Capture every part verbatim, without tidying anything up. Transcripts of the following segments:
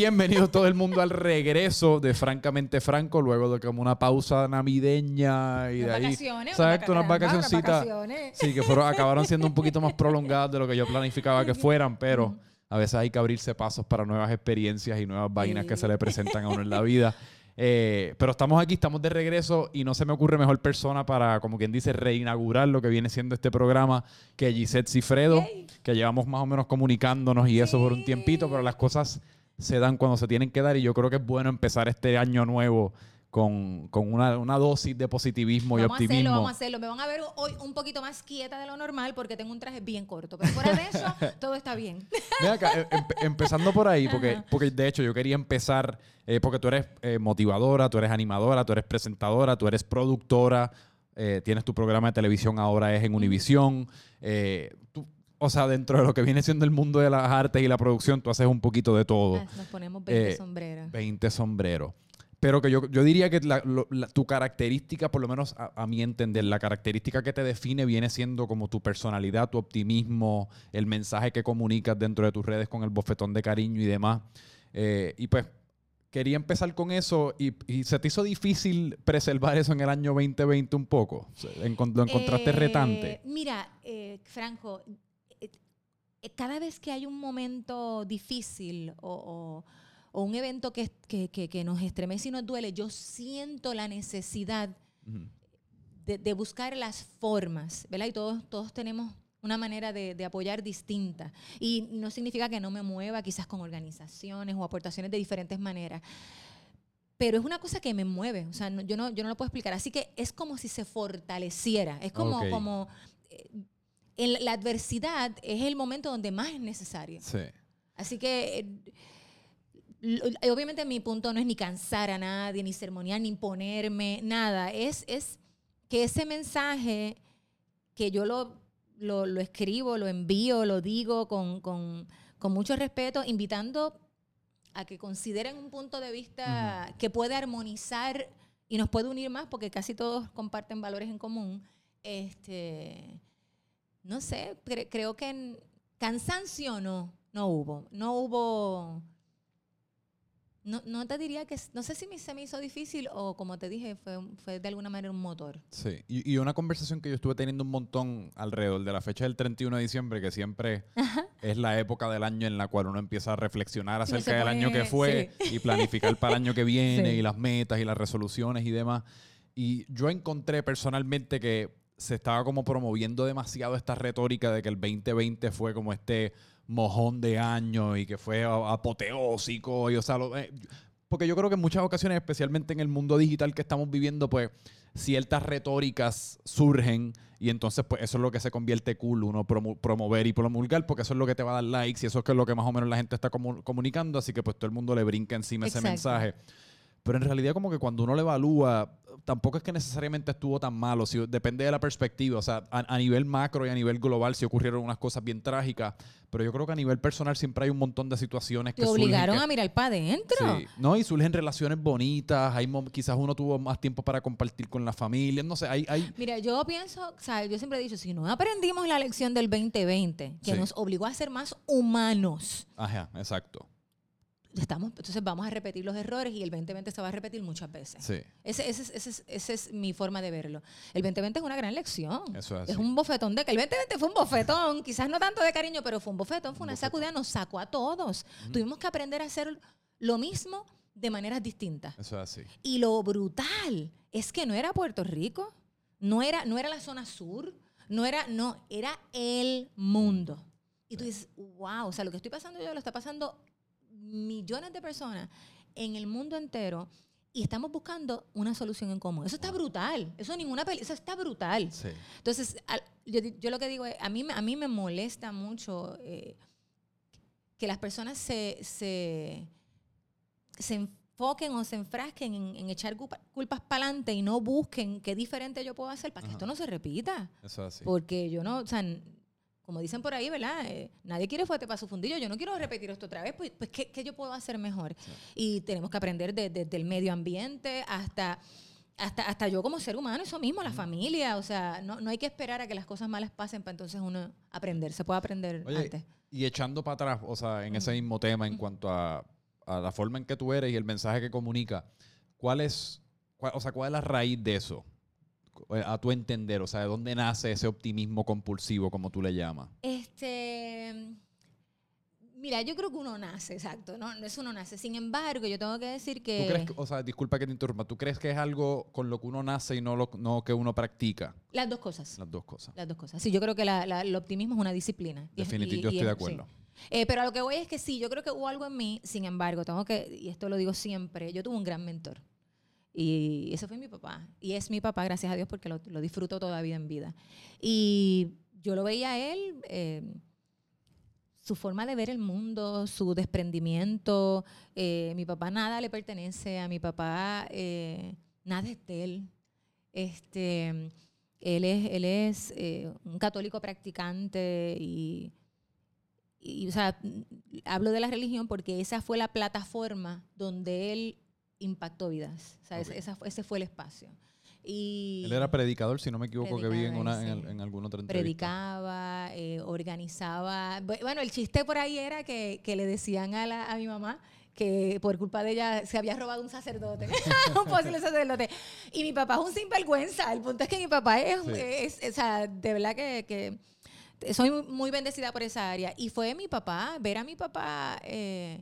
Bienvenido todo el mundo al regreso de Francamente Franco, luego de como una pausa navideña y de ahí. Vacaciones, Exacto, unas vacacioncitas. vacaciones. Sí, que fueron, acabaron siendo un poquito más prolongadas de lo que yo planificaba que fueran, pero a veces hay que abrirse pasos para nuevas experiencias y nuevas vainas Sí. que se le presentan a uno en la vida. Eh, pero estamos aquí, estamos de regreso y no se me ocurre mejor persona para, como quien dice, reinaugurar lo que viene siendo este programa que Gisette Cifredo, Yay. que llevamos más o menos comunicándonos y eso por un tiempito, pero las cosas se dan cuando se tienen que dar y yo creo que es bueno empezar este año nuevo con, con una, una dosis de positivismo Vamos y optimismo. a hacerlo, vamos a hacerlo. Me van a ver hoy un poquito más quieta de lo normal porque tengo un traje bien corto, pero fuera de eso, todo está bien. Ven acá, em- em- empezando por ahí, porque, porque de hecho yo quería empezar, eh, porque tú eres eh, motivadora, tú eres animadora, tú eres presentadora, tú eres productora, eh, tienes tu programa de televisión ahora es en Univisión. Eh, tú- o sea, dentro de lo que viene siendo el mundo de las artes y la producción, tú haces un poquito de todo. Ah, Nos ponemos veinte Eh, sombreras. veinte sombreros. Pero que yo, yo diría que la- lo- la- tu característica, por lo menos a, a mi entender, la característica que te define viene siendo como tu personalidad, tu optimismo, el mensaje que comunicas dentro de tus redes con el bofetón de cariño y demás. Eh, y pues quería empezar con eso y, y se te hizo difícil preservar eso en el año veinte veinte un poco. Encon- ¿Lo encontraste Eh, retante? Mira, eh, Franco, eh, eh, cada vez que hay un momento difícil o, o- o un evento que, que- que- que nos estremece y nos duele, yo siento la necesidad Ujú. de, de buscar las formas, ¿verdad? Y todos, todos tenemos una manera de, de apoyar distinta. Y no significa que no me mueva quizás con organizaciones o aportaciones de diferentes maneras. Pero es una cosa que me mueve, o sea, no- yo, no, yo no lo puedo explicar. Así que es como si se fortaleciera. Es como, Ok. como eh, en la adversidad es el momento donde más es necesario. Sí. Así que, eh, lo- obviamente mi punto no es ni cansar a nadie, ni sermonear, ni imponerme, nada. Es, es que ese mensaje que yo lo, lo, lo escribo, lo envío, lo digo con, con, con mucho respeto, invitando a que consideren un punto de vista uh-huh. que puede armonizar y nos puede unir más, porque casi todos comparten valores en común. Este, no sé, cre- creo que en cansancio no, no hubo. No hubo... No, no te diría que... No sé si me, se me hizo difícil o, como te dije, fue, fue de alguna manera un motor. Sí, y, y una conversación que yo estuve teniendo un montón alrededor de la fecha del treinta y uno de diciembre, que siempre Ajá. es la época del año en la cual uno empieza a reflexionar acerca sí, del pone, año que fue sí. y planificar para el año que viene sí. y las metas y las resoluciones y demás. Y yo encontré personalmente que se estaba como promoviendo demasiado esta retórica de que el veinte veinte fue como este mojón de año y que fue apoteósico y o sea lo, eh, porque yo creo que en muchas ocasiones, especialmente en el mundo digital que estamos viviendo, pues ciertas retóricas surgen y entonces pues eso es lo que se convierte cool, uno promo promover y promulgar, porque eso es lo que te va a dar likes y eso es lo que más o menos la gente está comu comunicando, así que pues todo el mundo le brinca encima Exacto. ese mensaje. Pero en realidad como que cuando uno lo evalúa, tampoco es que necesariamente estuvo tan malo, si, depende de la perspectiva. O sea, a, a nivel macro y a nivel global sí ocurrieron unas cosas bien trágicas, pero yo creo que a nivel personal siempre hay un montón de situaciones que Te obligaron surgen que, a mirar para adentro. Sí, no, y surgen relaciones bonitas, hay, quizás uno tuvo más tiempo para compartir con la familia, no sé, hay... hay... Mira, yo pienso, o sea, yo siempre he dicho, si no aprendimos la lección del veinte veinte, que sí. nos obligó a ser más humanos. Ajá, exacto. Estamos, entonces vamos a repetir los errores y el veinte veinte se va a repetir muchas veces. Sí. Ese, ese, ese, ese, esa es mi forma de verlo. El veinte veinte es una gran lección. Eso es así. Es un bofetón de que el veinte veinte fue un bofetón, quizás no tanto de cariño, pero fue un bofetón, fue una bofetón. sacudida, nos sacó a todos. Uh-huh. Tuvimos que aprender a hacer lo mismo de maneras distintas. Eso es así. Y lo brutal es que no era Puerto Rico, no era, no era la zona sur, no era, no, era el mundo. Y tú dices, wow, o sea, lo que estoy pasando yo lo está pasando millones de personas en el mundo entero y estamos buscando una solución en común. Eso está brutal. Eso ninguna peli eso está brutal. Sí. Entonces, al, yo, yo lo que digo es, a mí, a mí me molesta mucho eh, que las personas se, se, se enfoquen o se enfrasquen en, en echar culpa, culpas para adelante y no busquen qué diferente yo puedo hacer para que Ajá. esto no se repita. Eso es así. Porque yo no, o sea, como dicen por ahí, ¿verdad? Eh, nadie quiere fuerte para su fundillo. Yo no quiero repetir esto otra vez. Pues, pues ¿qué, ¿qué yo puedo hacer mejor? Sí. Y tenemos que aprender desde de, de el medio ambiente hasta, hasta, hasta yo como ser humano, eso mismo, la mm. familia. O sea, no, no hay que esperar a que las cosas malas pasen para entonces uno aprender. Se puede aprender Oye, antes. Y echando para atrás, o sea, en mm. ese mismo tema en mm. cuanto a, a la forma en que tú eres y el mensaje que comunica, ¿cuál es, cuál, o sea, cuál es la raíz de eso? A tu entender, o sea, ¿de dónde nace ese optimismo compulsivo, como tú le llamas? Este, mira, yo creo que uno nace, exacto, ¿no? Eso uno nace. Sin embargo, yo tengo que decir que... ¿Tú crees que, o sea, disculpa que te interrumpa, ¿tú crees que es algo con lo que uno nace y no lo no que uno practica? Las dos cosas. Las dos cosas. Las dos cosas. Sí, yo creo que la, la, el optimismo es una disciplina. Definitivamente, yo estoy es, de acuerdo. Sí. Eh, pero a lo que voy es que sí, yo creo que hubo algo en mí, sin embargo, tengo que, y esto lo digo siempre, yo tuve un gran mentor. Y ese fue mi papá. Y es mi papá, gracias a Dios, porque lo, lo disfruto todavía en vida. Y yo lo veía a él, eh, su forma de ver el mundo, su desprendimiento. Eh, mi papá nada le pertenece, a mi papá eh, nada es de él. Este, él es, él es eh, un católico practicante y, y, o sea, hablo de la religión porque esa fue la plataforma donde él impactó vidas. O sea, okay. ese, esa, ese fue el espacio. Y él era predicador, si no me equivoco, que vi en, una, sí. en, el, en alguna otra entrevista. Predicaba, eh, organizaba. Bueno, el chiste por ahí era que, que le decían a, la, a mi mamá que por culpa de ella se había robado un sacerdote, un posible sacerdote. Y mi papá es un sinvergüenza. El punto es que mi papá es, sí. es, es o sea, de verdad que, que soy muy bendecida por esa área. Y fue mi papá, ver a mi papá eh,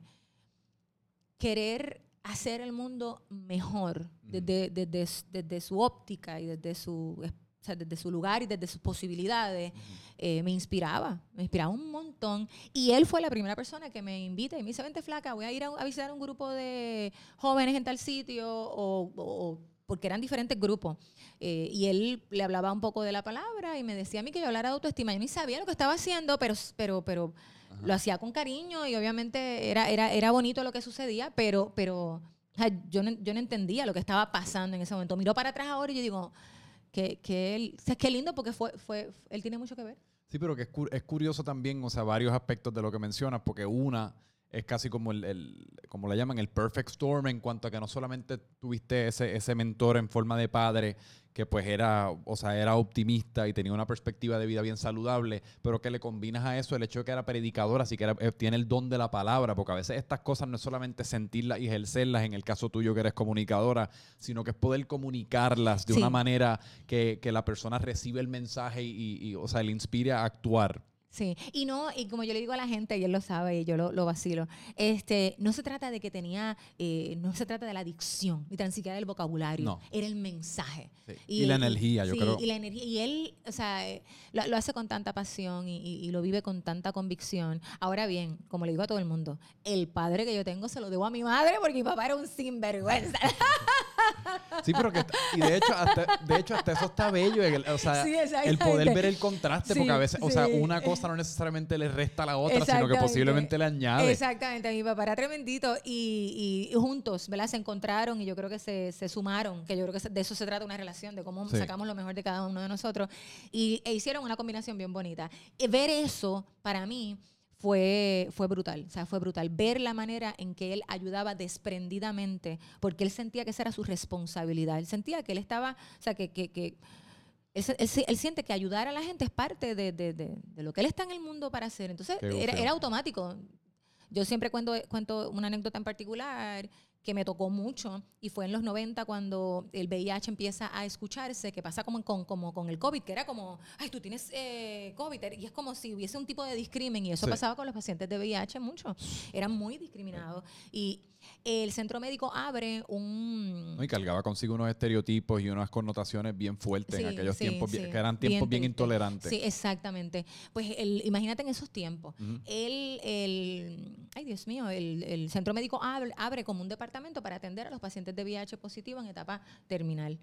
querer hacer el mundo mejor desde, desde, desde su óptica y desde su, o sea, desde su lugar y desde sus posibilidades, uh-huh. eh, me inspiraba, me inspiraba un montón. Y él fue la primera persona que me invita y me dice, vente flaca, voy a ir a, a visitar un grupo de jóvenes en tal sitio, o, o porque eran diferentes grupos. Eh, y él le hablaba un poco de la palabra y me decía a mí que yo hablara de autoestima. Yo ni sabía lo que estaba haciendo, pero... pero, pero Ajá. lo hacía con cariño y obviamente era, era, era bonito lo que sucedía, pero, pero o sea, yo, no, yo no entendía lo que estaba pasando en ese momento. Miro para atrás ahora y yo digo, que, que él, o sea, qué lindo porque fue, fue, él tiene mucho que ver. Sí, pero que es, cu- es curioso también, o sea, varios aspectos de lo que mencionas, porque una es casi como el, el como le llaman, el perfect storm, en cuanto a que no solamente tuviste ese, ese mentor en forma de padre que pues era, o sea, era optimista y tenía una perspectiva de vida bien saludable, pero que le combinas a eso el hecho de que era predicador, así que era, tiene el don de la palabra, porque a veces estas cosas no es solamente sentirlas y ejercerlas, en el caso tuyo que eres comunicadora, sino que es poder comunicarlas de sí. una manera que, que la persona recibe el mensaje y, y, o sea, le inspire a actuar. Sí, y no, y como yo le digo a la gente, y él lo sabe y yo lo, lo vacilo, este, no se trata de que tenía, eh, no se trata de la dicción, ni tan siquiera del vocabulario, no. Era el mensaje. Sí. Y, y la energía, yo sí, creo. Y la energía, y él, o sea, eh, lo, lo hace con tanta pasión y, y, y lo vive con tanta convicción. Ahora bien, como le digo a todo el mundo, el padre que yo tengo se lo debo a mi madre porque mi papá era un sinvergüenza. Sí, pero que, y de hecho, hasta, de hecho, hasta eso está bello, el, o sea, sí, el poder ver el contraste, sí, porque a veces, sí. o sea, una cosa no necesariamente le resta a la otra, sino que posiblemente le añade. Exactamente, mi papá era tremendito y, y, y juntos, ¿verdad? Se encontraron y yo creo que se, se sumaron, que yo creo que de eso se trata una relación, de cómo sí. sacamos lo mejor de cada uno de nosotros, y e hicieron una combinación bien bonita. Y ver eso, para mí, Fue, fue brutal, o sea, fue brutal. Ver la manera en que él ayudaba desprendidamente, porque él sentía que esa era su responsabilidad. Él sentía que él estaba, o sea, que, que, que él, él, él siente que ayudar a la gente es parte de, de, de, de lo que él está en el mundo para hacer. Entonces, era, era automático. Yo siempre cuento, cuento una anécdota en particular que me tocó mucho, y fue en los noventa cuando el V I H empieza a escucharse, que pasa como con, como con el COVID, que era como, ay, tú tienes eh, COVID, y es como si hubiese un tipo de discrimen, y eso sí. pasaba con los pacientes de V I H mucho, eran muy discriminados, y el centro médico abre un... No, y cargaba consigo unos estereotipos y unas connotaciones bien fuertes sí, en aquellos sí, tiempos, sí. que eran tiempos bien, bien intolerantes. Sí, exactamente. Pues el, imagínate en esos tiempos, uh-huh. el, el, ay Dios mío, el, el centro médico abre, abre como un departamento para atender a los pacientes de V I H positivo en etapa terminal.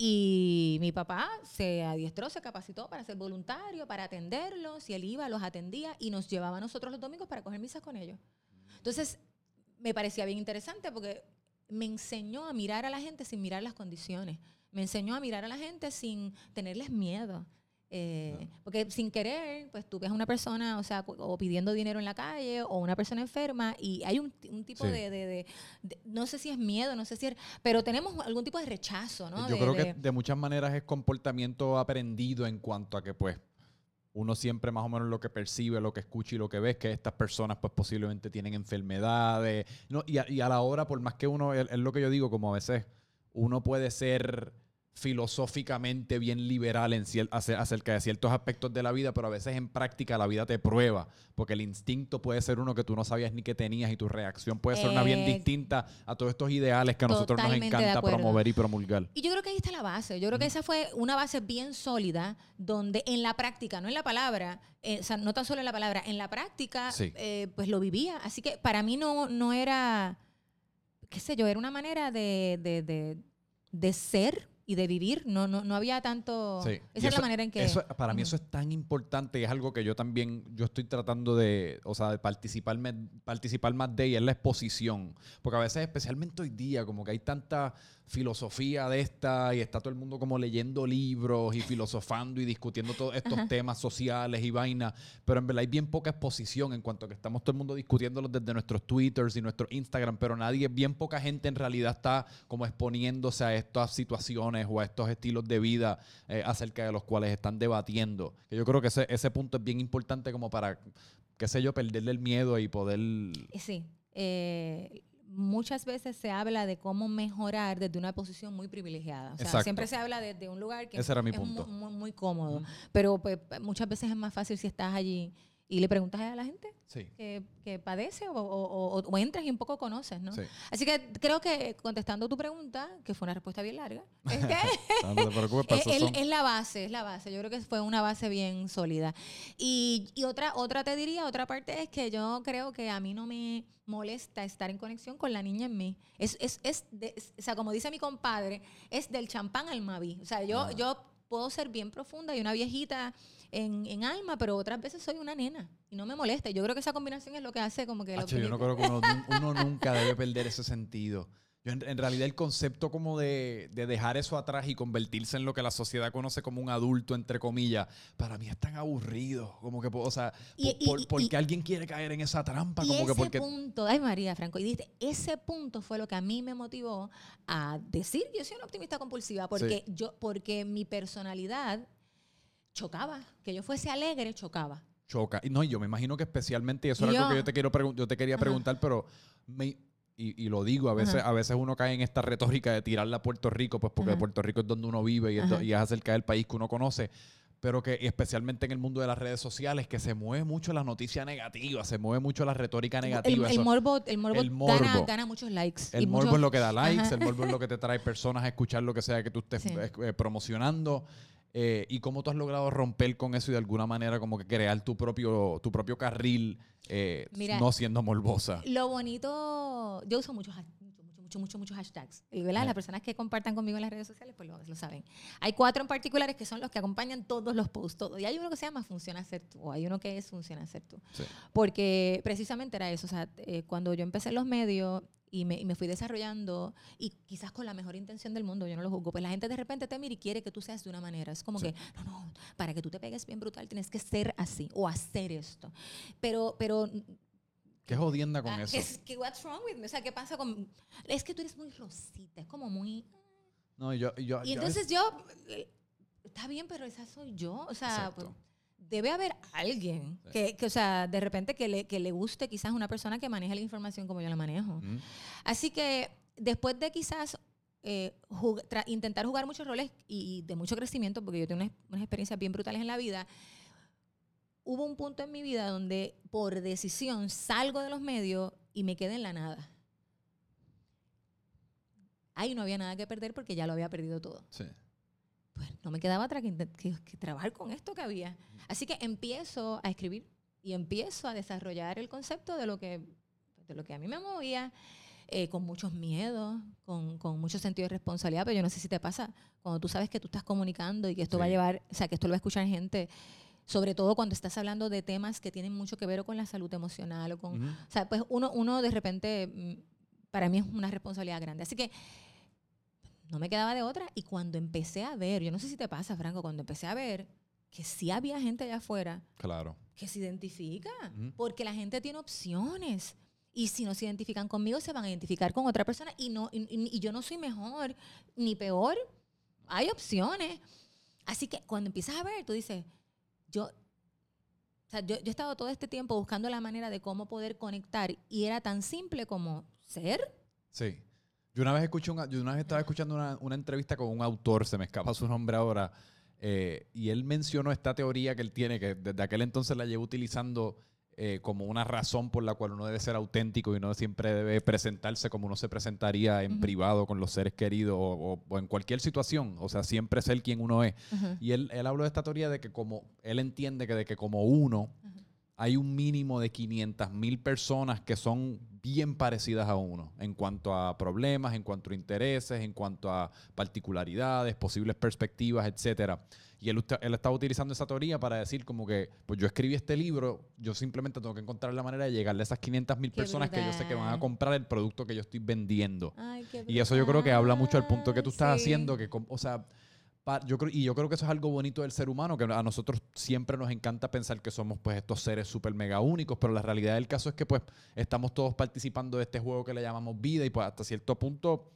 Y mi papá se adiestró, se capacitó para ser voluntario, para atenderlos, y él iba, los atendía y nos llevaba a nosotros los domingos para coger misas con ellos. Entonces, me parecía bien interesante porque me enseñó a mirar a la gente sin mirar las condiciones. Me enseñó a mirar a la gente sin tenerles miedo. Eh, no. Porque sin querer, pues tú ves a una persona, o sea, o pidiendo dinero en la calle, o una persona enferma, y hay un, un tipo sí. de, de, de, de, no sé si es miedo, no sé si es, pero tenemos algún tipo de rechazo, ¿no? Yo de, creo de, que de muchas maneras es comportamiento aprendido en cuanto a que, pues, uno siempre más o menos lo que percibe, lo que escucha y lo que ve es que estas personas pues posiblemente tienen enfermedades. ¿No? Y, a, y a la hora, por más que uno, es, es lo que yo digo, como a veces uno puede ser filosóficamente bien liberal en cier- acerca de ciertos aspectos de la vida, pero a veces en práctica la vida te prueba, porque el instinto puede ser uno que tú no sabías ni que tenías y tu reacción puede ser eh, una bien distinta a todos estos ideales que a nosotros nos encanta promover y promulgar. Y yo creo que ahí está la base. Yo creo que esa fue una base bien sólida donde en la práctica, no en la palabra, eh, o sea, no tan solo en la palabra, en la práctica, sí. eh, pues lo vivía. Así que para mí no, no era, qué sé yo, era una manera de, de, de, de ser y de vivir, no, no, no había tanto... Sí. Esa eso, es la manera en que... Eso, para mí eso es tan importante y es algo que yo también, yo estoy tratando de, o sea, de participar, participar más de ella, es la exposición. Porque a veces, especialmente hoy día, como que hay tanta filosofía de esta y está todo el mundo como leyendo libros y filosofando y discutiendo todos estos Ajá. temas sociales y vainas, pero en verdad hay bien poca exposición en cuanto a que estamos todo el mundo discutiéndolos desde nuestros Twitters y nuestros Instagram, pero nadie, bien poca gente en realidad está como exponiéndose a estas situaciones o a estos estilos de vida eh, acerca de los cuales están debatiendo. Que yo creo que ese, ese punto es bien importante como para, qué sé yo, perderle el miedo y poder... Sí, eh... muchas veces se habla de cómo mejorar desde una posición muy privilegiada. O sea, Exacto. siempre se habla desde un lugar que Ese era mi es punto. Muy, muy, muy cómodo. Mm. Pero pues, muchas veces es más fácil si estás allí y le preguntas a la gente sí. que, que padece o, o, o, o entras y un poco conoces, ¿no? Sí. Así que creo que contestando tu pregunta, que fue una respuesta bien larga, es que no te preocupes, es, es, es la base, es la base. Yo creo que fue una base bien sólida. Y, y otra, otra te diría, otra parte es que yo creo que a mí no me molesta estar en conexión con la niña en mí. Es, es, es, de, es o sea, como dice mi compadre, es del champán al Maví. O sea, yo, ah. yo puedo ser bien profunda y una viejita en, en alma, pero otras veces soy una nena y no me molesta. Yo creo que esa combinación es lo que hace como que... Acho, yo no creo que uno, uno nunca debe perder ese sentido. Yo en, en realidad el concepto como de, de dejar eso atrás y convertirse en lo que la sociedad conoce como un adulto, entre comillas, para mí es tan aburrido. Como que, o sea, y, por, y, porque y, alguien quiere caer en esa trampa. Y como ese que porque... punto, ay María Franco, y dijiste, ese punto fue lo que a mí me motivó a decir, yo soy una optimista compulsiva, porque, sí. yo, porque mi personalidad chocaba. Que yo fuese alegre, chocaba. Choca. Y no, yo me imagino que especialmente, y eso y era yo, algo que yo te, quiero yo te quería preguntar, ajá. pero... Me, Y, y lo digo, a veces, a veces uno cae en esta retórica de tirarla a Puerto Rico, pues porque Ajá. Puerto Rico es donde uno vive y, esto, y es acerca del país que uno conoce, pero que especialmente en el mundo de las redes sociales, que se mueve mucho la noticia negativa, se mueve mucho la retórica negativa. El, el, eso, morbo, el morbo, el morbo gana, gana muchos likes. El y morbo muchos... es lo que da likes, Ajá. el morbo es lo que te trae personas a escuchar lo que sea que tú estés sí. eh, promocionando. Eh, y cómo tú has logrado romper con eso y de alguna manera como que crear tu propio, tu propio carril eh, Mira, no siendo morbosa. Lo bonito, yo uso muchos muchos, muchos, muchos hashtags. ¿Verdad? Las personas que compartan conmigo en las redes sociales pues lo, lo saben. Hay cuatro en particulares que son los que acompañan todos los posts, todos. Y hay uno que se llama Funciona Ser Tú, o hay uno que es Funciona Ser Tú. Sí. Porque precisamente era eso. O sea, eh, cuando yo empecé en los medios y me, y me fui desarrollando, y quizás con la mejor intención del mundo, yo no lo juzgo, pues la gente de repente te mira y quiere que tú seas de una manera. Es como sí. que, no, no, para que tú te pegues bien brutal tienes que ser así o hacer esto. Pero, pero ¿qué jodienda con ah, eso? Es que, what's wrong with me? O sea, ¿qué pasa con...? Es que tú eres muy rosita, es como muy... No, yo... yo y entonces yo... Está bien, pero esa soy yo. O sea, pues, debe haber alguien sí. que, que, o sea, de repente que le, que le guste quizás una persona que maneja la información como yo la manejo. Mm. Así que después de quizás eh, jug intentar jugar muchos roles y, y de mucho crecimiento, porque yo tengo unas, unas experiencias bien brutales en la vida, hubo un punto en mi vida donde por decisión salgo de los medios y me quedé en la nada. Ahí no había nada que perder porque ya lo había perdido todo. Sí. Pues no me quedaba otra que, que, que trabajar con esto que había. Así que empiezo a escribir y empiezo a desarrollar el concepto de lo que, de lo que a mí me movía, eh, con muchos miedos, con, con mucho sentido de responsabilidad, pero yo no sé si te pasa, cuando tú sabes que tú estás comunicando y que esto sí. va a llevar, o sea, que esto lo va a escuchar gente, sobre todo cuando estás hablando de temas que tienen mucho que ver con la salud emocional o con, uh-huh. o sea, pues uno, uno de repente, para mí es una responsabilidad grande. Así que no me quedaba de otra. Y cuando empecé a ver, yo no sé si te pasa, Franco, cuando empecé a ver que sí había gente allá afuera claro. que se identifica, uh-huh. porque la gente tiene opciones. Y si no se identifican conmigo, se van a identificar con otra persona. Y, no, y, y yo no soy mejor ni peor. Hay opciones. Así que cuando empiezas a ver, tú dices... Yo O sea, yo, yo he estado todo este tiempo buscando la manera de cómo poder conectar y era tan simple como ser. Sí. Yo una vez escuché una, yo una vez estaba escuchando una, una entrevista con un autor, se me escapa su nombre ahora, eh, y él mencionó esta teoría que él tiene, que desde aquel entonces la lleva utilizando eh, como una razón por la cual uno debe ser auténtico y uno siempre debe presentarse como uno se presentaría en uh-huh. privado con los seres queridos o, o, o en cualquier situación. O sea, siempre ser quien uno es. Uh-huh. Y él, él habló de esta teoría de que como, él entiende que de que como uno, uh-huh. hay un mínimo de quinientas mil personas que son bien parecidas a uno en cuanto a problemas, en cuanto a intereses, en cuanto a particularidades, posibles perspectivas, etcétera. Y él, él estaba utilizando esa teoría para decir como que, pues yo escribí este libro, yo simplemente tengo que encontrar la manera de llegarle a esas quinientas mil personas brutal. Que yo sé que van a comprar el producto que yo estoy vendiendo. Ay, qué y eso yo creo que habla mucho del punto que tú estás sí. haciendo, que, o sea, yo creo, y yo creo que eso es algo bonito del ser humano, que a nosotros siempre nos encanta pensar que somos pues estos seres súper mega únicos, pero la realidad del caso es que pues estamos todos participando de este juego que le llamamos vida y pues hasta cierto punto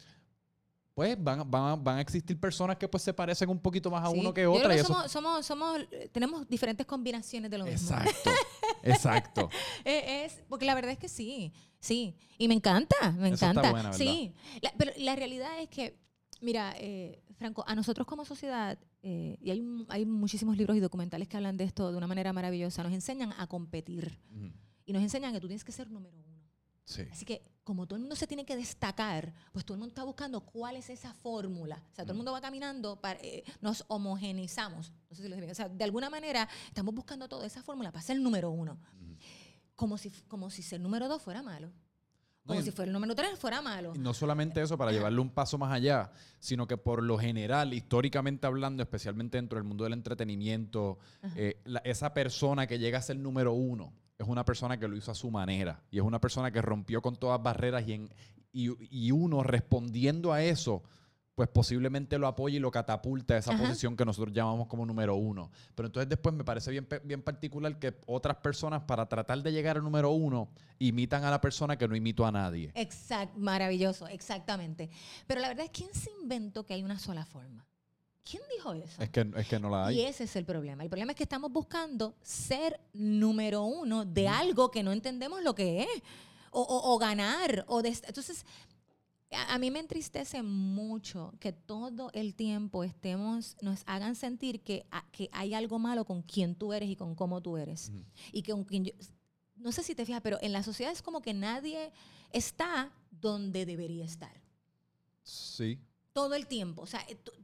pues van, van, van a existir personas que pues se parecen un poquito más a sí. uno que otra. Yo creo que y somos, eso... somos, somos, tenemos diferentes combinaciones de lo mismo. Exacto, exacto. es, es, porque la verdad es que sí, sí. Y me encanta, me eso encanta. Está buena, ¿verdad? Sí, la, pero la realidad es que, mira, eh, Franco, a nosotros como sociedad, eh, y hay, hay muchísimos libros y documentales que hablan de esto de una manera maravillosa, nos enseñan a competir. Uh-huh. Y nos enseñan que tú tienes que ser número uno. Sí. Así que como todo el mundo se tiene que destacar, pues todo el mundo está buscando cuál es esa fórmula. O sea, todo el mundo va caminando, para, eh, nos homogenizamos. No sé si lo dije bien. O sea, de alguna manera estamos buscando toda esa fórmula para ser el número uno. Uh-huh. Como si, como si ser número dos fuera malo. Como no, si fuera el número tres fuera malo. No solamente eso, para llevarle un paso más allá, sino que por lo general, históricamente hablando, especialmente dentro del mundo del entretenimiento, eh, la, esa persona que llega a ser número uno es una persona que lo hizo a su manera y es una persona que rompió con todas barreras y, en, y, y uno respondiendo a eso, pues posiblemente lo apoya y lo catapulta a esa Ajá. posición que nosotros llamamos como número uno. Pero entonces después me parece bien, bien particular que otras personas para tratar de llegar al número uno imitan a la persona que no imitó a nadie. Exacto, maravilloso, exactamente. Pero la verdad es, ¿quién se inventó que hay una sola forma? ¿Quién dijo eso? Es que, es que no la hay. Y ese es el problema. El problema es que estamos buscando ser número uno de mm. algo que no entendemos lo que es. O, o, o ganar. O de, entonces... A mí me entristece mucho que todo el tiempo estemos, nos hagan sentir que, que hay algo malo con quién tú eres y con cómo tú eres. Uh-huh. Y que con quien yo, no sé si te fijas, pero en la sociedad es como que nadie está donde debería estar. Sí. Todo el tiempo. O sea,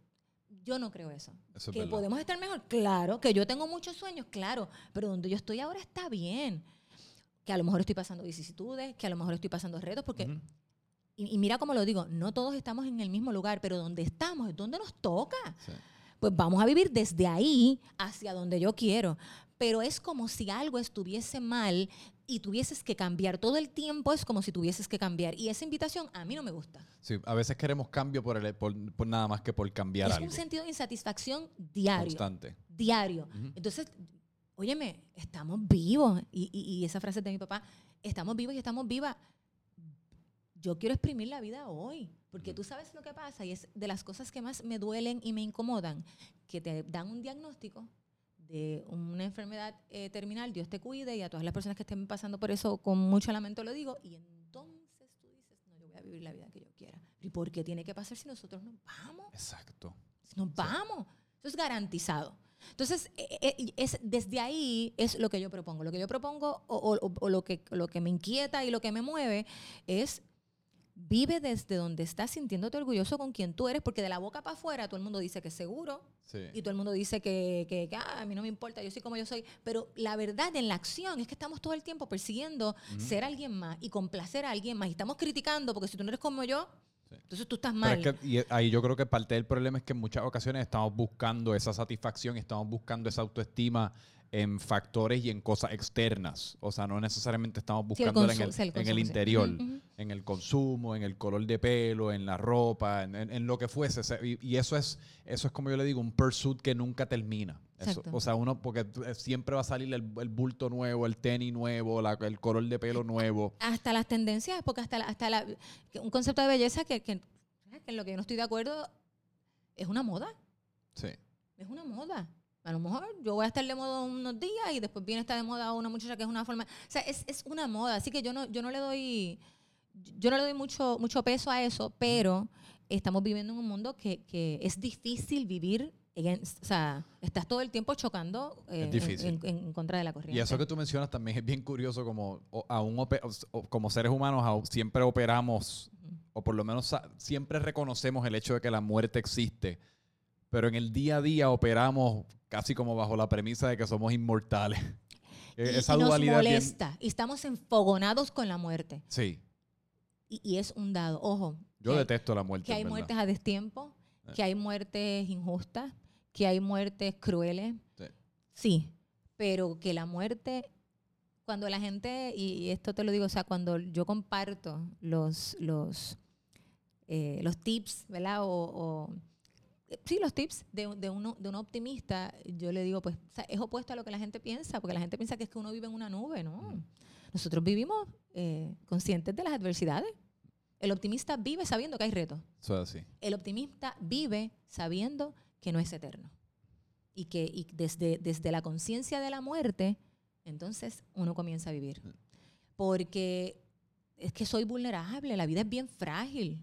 yo no creo eso. Eso es que verdad. podemos estar mejor, claro. Que yo tengo muchos sueños, claro. Pero donde yo estoy ahora está bien. Que a lo mejor estoy pasando vicisitudes, que a lo mejor estoy pasando retos, porque... Uh-huh. Y, y mira cómo lo digo, no todos estamos en el mismo lugar, pero donde estamos es donde nos toca. Sí. Pues vamos a vivir desde ahí hacia donde yo quiero. Pero es como si algo estuviese mal y tuvieses que cambiar. Todo el tiempo es como si tuvieses que cambiar. Y esa invitación a mí no me gusta. Sí, a veces queremos cambio por, el, por, por nada más que por cambiar es algo. Es un sentido de insatisfacción diario. Constante. Diario. Uh-huh. Entonces, óyeme, estamos vivos. Y, y, y esa frase de mi papá, estamos vivos y estamos vivas. Yo quiero exprimir la vida hoy, porque tú sabes lo que pasa y es de las cosas que más me duelen y me incomodan, que te dan un diagnóstico de una enfermedad eh, terminal, Dios te cuide, y a todas las personas que estén pasando por eso con mucho lamento lo digo, y entonces tú dices, no, yo voy a vivir la vida que yo quiera. ¿Y por qué tiene que pasar si nosotros nos vamos? Exacto. Si nos vamos. Eso es garantizado. Entonces, eh, es, desde ahí es lo que yo propongo. Lo que yo propongo o, o, o lo, que, lo que me inquieta y lo que me mueve es vive desde donde estás sintiéndote orgulloso con quien tú eres, porque de la boca para afuera todo el mundo dice que es seguro sí. y todo el mundo dice que, que, que ah, a mí no me importa, yo soy como yo soy, pero la verdad en la acción es que estamos todo el tiempo persiguiendo uh-huh. ser alguien más y complacer a alguien más y estamos criticando porque si tú no eres como yo, sí. entonces tú estás mal. Pero es que, y ahí yo creo que parte del problema es que en muchas ocasiones estamos buscando esa satisfacción, estamos buscando esa autoestima en factores y en cosas externas. O sea, no necesariamente estamos buscándola sí, en, el, sí, el consumo, en el interior, sí. uh-huh. en el consumo, en el color de pelo, en la ropa, en, en, en lo que fuese. Y, y eso es, eso es, como yo le digo, un pursuit que nunca termina. Eso, o sea, uno, porque siempre va a salir el, el bulto nuevo, el tenis nuevo, la, el color de pelo nuevo. Hasta las tendencias, porque hasta, la, hasta la, un concepto de belleza que, que, que en lo que yo no estoy de acuerdo es una moda. Sí. Es una moda. A lo mejor yo voy a estar de moda unos días y después viene esta de moda una muchacha que es una forma... O sea, es, es una moda, así que yo no, yo no le doy... Yo no le doy mucho, mucho peso a eso, pero estamos viviendo en un mundo que, que es difícil vivir. Against, o sea, estás todo el tiempo chocando eh, en, en, en contra de la corriente. Y eso que tú mencionas también es bien curioso, como aún como seres humanos aún siempre operamos, uh-huh. o por lo menos siempre reconocemos el hecho de que la muerte existe, pero en el día a día operamos casi como bajo la premisa de que somos inmortales. Y, Esa y dualidad nos molesta, bien... y estamos enfogonados con la muerte. Sí. Y, y es un dado, ojo. Yo detesto hay, la muerte. Que hay ¿verdad? muertes a destiempo, eh. que hay muertes injustas, que hay muertes crueles. Sí. sí, pero que la muerte, cuando la gente, y esto te lo digo, o sea, cuando yo comparto los, los, eh, los tips, ¿verdad? O, o sí, los tips de, de, uno, de un optimista, yo le digo, pues, o sea, es opuesto a lo que la gente piensa, porque la gente piensa que es que uno vive en una nube, ¿no? Mm. Nosotros vivimos eh, conscientes de las adversidades. El optimista vive sabiendo que hay retos. Eso es así. El optimista vive sabiendo que no es eterno. Y que y desde, desde la conciencia de la muerte, entonces uno comienza a vivir. Porque es que soy vulnerable, la vida es bien frágil.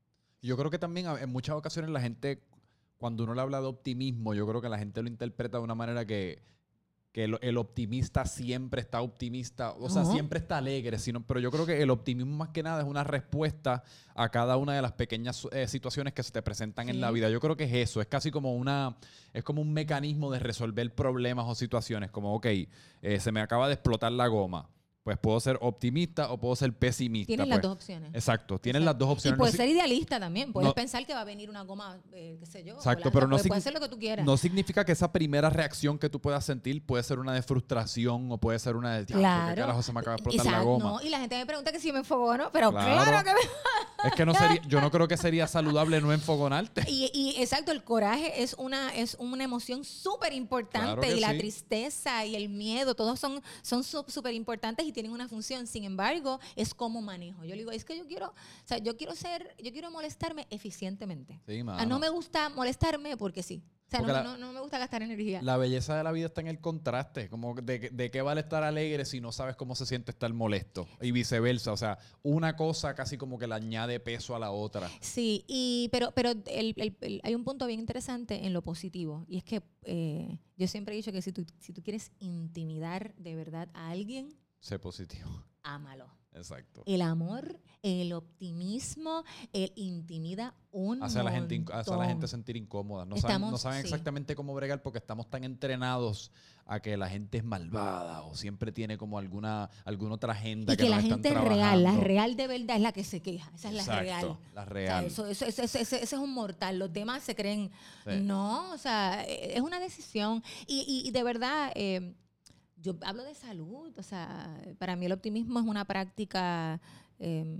Yo creo que también en muchas ocasiones la gente, cuando uno le habla de optimismo, yo creo que la gente lo interpreta de una manera que... que el, el optimista siempre está optimista, o sea, uh-huh. siempre está alegre, sino, pero yo creo que el optimismo más que nada es una respuesta a cada una de las pequeñas eh, situaciones que se te presentan sí. en la vida. Yo creo que es eso, es casi como una, es como un mecanismo de resolver problemas o situaciones, como, ok, eh, se me acaba de explotar la goma. Pues puedo ser optimista o puedo ser pesimista. Tienes pues. las dos opciones. Exacto, tienes las dos opciones. Y puedes no, ser idealista también. Puedes no, pensar que va a venir una goma, eh, qué sé yo. Exacto, la, pero no puede, puede ser lo que tú quieras. No significa que esa primera reacción que tú puedas sentir puede ser una de frustración o puede ser una de... Claro. ¿Por qué carajo se me acaba de explotar Exacto, la goma? No, y la gente me pregunta que si me enfogo, ¿no? Pero claro, claro que me... Es que no sería, yo no creo que sería saludable no enfogonarte. Y, y exacto, el coraje es una, es una emoción súper importante. Claro y la sí. tristeza y el miedo, todos son son súper importantes y tienen una función. Sin embargo, es cómo manejo. Yo le digo, es que yo quiero, o sea, yo quiero ser, yo quiero molestarme eficientemente. Sí, ah, no me gusta molestarme porque sí. O sea, no, la, no, no me gusta gastar energía. La belleza de la vida está en el contraste. Como de, de qué vale estar alegre si no sabes cómo se siente estar molesto. Y viceversa. O sea, una cosa casi como que le añade peso a la otra. Sí, y, pero, pero el, el, el, hay un punto bien interesante en lo positivo. Y es que eh, yo siempre he dicho que si tú, si tú quieres intimidar de verdad a alguien... Sé positivo. Ámalo. Exacto. El amor, el optimismo, el intimida un hace a la montón. gente hace a la gente sentir incómoda. No Estamos, saben, no saben sí. exactamente cómo bregar porque estamos tan entrenados a que la gente es malvada o siempre tiene como alguna, alguna otra agenda y que, que nos la están gente trabajando. real, la real de verdad es la que se queja. Esa es Exacto, la real. La real. O sea, eso, eso, eso, eso, eso es un mortal. Los demás se creen. Sí. No, o sea, es una decisión. Y, y, y de verdad... Eh, yo hablo de salud, o sea, para mí el optimismo es una práctica eh,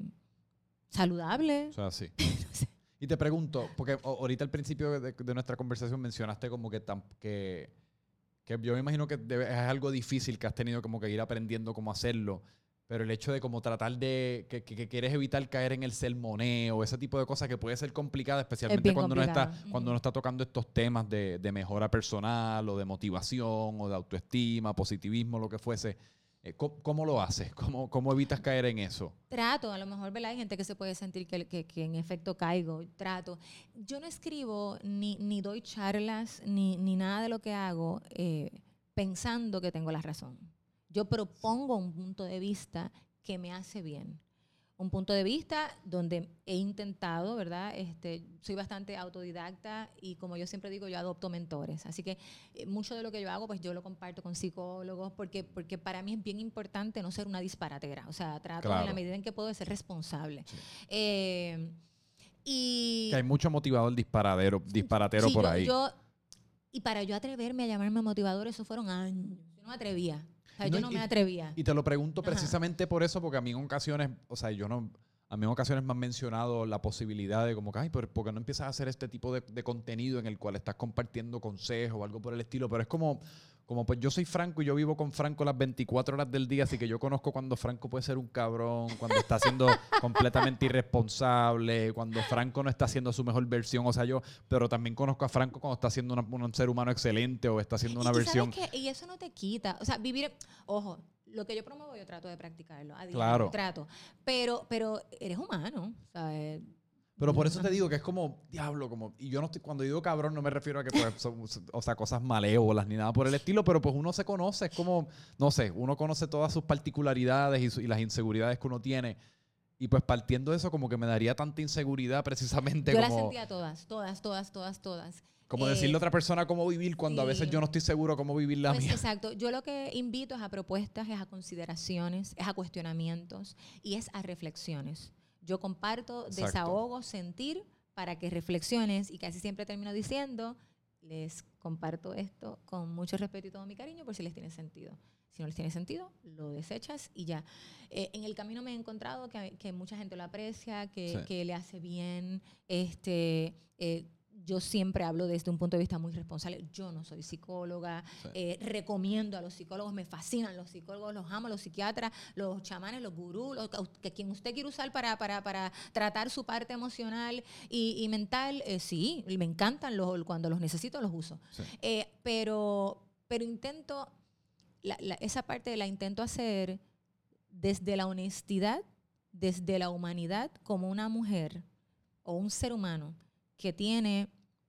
saludable. O sea, sí. Y te pregunto, porque ahorita al principio de, de nuestra conversación mencionaste como que, tam, que, que yo me imagino que debe, es algo difícil que has tenido como que ir aprendiendo cómo hacerlo, pero el hecho de como tratar de, que, que, que quieres evitar caer en el sermoneo, ese tipo de cosas que puede ser complicada, especialmente cuando uno, está, uh-huh. cuando uno está tocando estos temas de, de mejora personal o de motivación o de autoestima, positivismo, lo que fuese. ¿Cómo, cómo lo haces? ¿Cómo, ¿Cómo evitas caer en eso? Trato, a lo mejor, ¿verdad? Hay gente que se puede sentir que, que, que en efecto caigo. Trato. Yo no escribo ni, ni doy charlas ni, ni nada de lo que hago eh, pensando que tengo la razón. Yo propongo un punto de vista que me hace bien. Un punto de vista donde he intentado, ¿verdad? Este, soy bastante autodidacta y como yo siempre digo, yo adopto mentores. Así que eh, mucho de lo que yo hago, pues yo lo comparto con psicólogos porque, porque para mí es bien importante no ser una disparatera. O sea, trato claro. en la medida en que puedo de ser responsable. Sí. Eh, y que hay mucho motivador disparadero, disparatero sí, por yo, ahí. Yo, y para yo atreverme a llamarme motivador, eso fueron años. Yo no me atrevía. O sea, no, yo no y, me atrevía. Y te lo pregunto Ajá. precisamente por eso, porque a mí en ocasiones, o sea, yo no, a mí en ocasiones me han mencionado la posibilidad de como que, ay, pero ¿por qué no empiezas a hacer este tipo de, de contenido en el cual estás compartiendo consejos o algo por el estilo? Pero es como, como pues yo soy Franco y yo vivo con Franco las veinticuatro horas del día, así que yo conozco cuando Franco puede ser un cabrón, cuando está siendo completamente irresponsable, cuando Franco no está haciendo su mejor versión, o sea, yo, pero también conozco a Franco cuando está siendo una, un ser humano excelente o está haciendo una y, versión. Y, ¿sabes qué? Y eso no te quita, o sea, vivir, ojo, lo que yo promuevo yo trato de practicarlo, a diario, claro. trato, pero, pero eres humano, ¿sabes? Pero por eso te digo que es como, diablo, como, y yo no estoy, cuando digo cabrón no me refiero a que pues, son, o sea, cosas malévolas ni nada por el estilo, pero pues uno se conoce, es como, no sé, uno conoce todas sus particularidades y, su, y las inseguridades que uno tiene. Y pues partiendo de eso como que me daría tanta inseguridad precisamente yo como... Yo las sentía todas, todas, todas, todas, todas. Como eh, decirle a otra persona cómo vivir cuando sí. a veces yo no estoy seguro cómo vivir la pues mía. Exacto. Yo lo que invito es a propuestas, es a consideraciones, es a cuestionamientos y es a reflexiones. Yo comparto exacto. desahogo, sentir para que reflexiones y casi siempre termino diciendo, les comparto esto con mucho respeto y todo mi cariño por si les tiene sentido. Si no les tiene sentido, lo desechas y ya. Eh, en el camino me he encontrado que, que mucha gente lo aprecia, que, sí. que le hace bien. Este, eh, yo siempre hablo desde un punto de vista muy responsable. Yo no soy psicóloga. Sí. Eh, recomiendo a los psicólogos, me fascinan los psicólogos, los amo, los psiquiatras, los chamanes, los gurús, los, que quien usted quiera usar para, para, para tratar su parte emocional y, y mental, eh, sí, me encantan. Los, cuando los necesito, los uso. Sí. Eh, pero, pero intento... La, la, esa parte la intento hacer desde la honestidad, desde la humanidad, como una mujer o un ser humano que tiene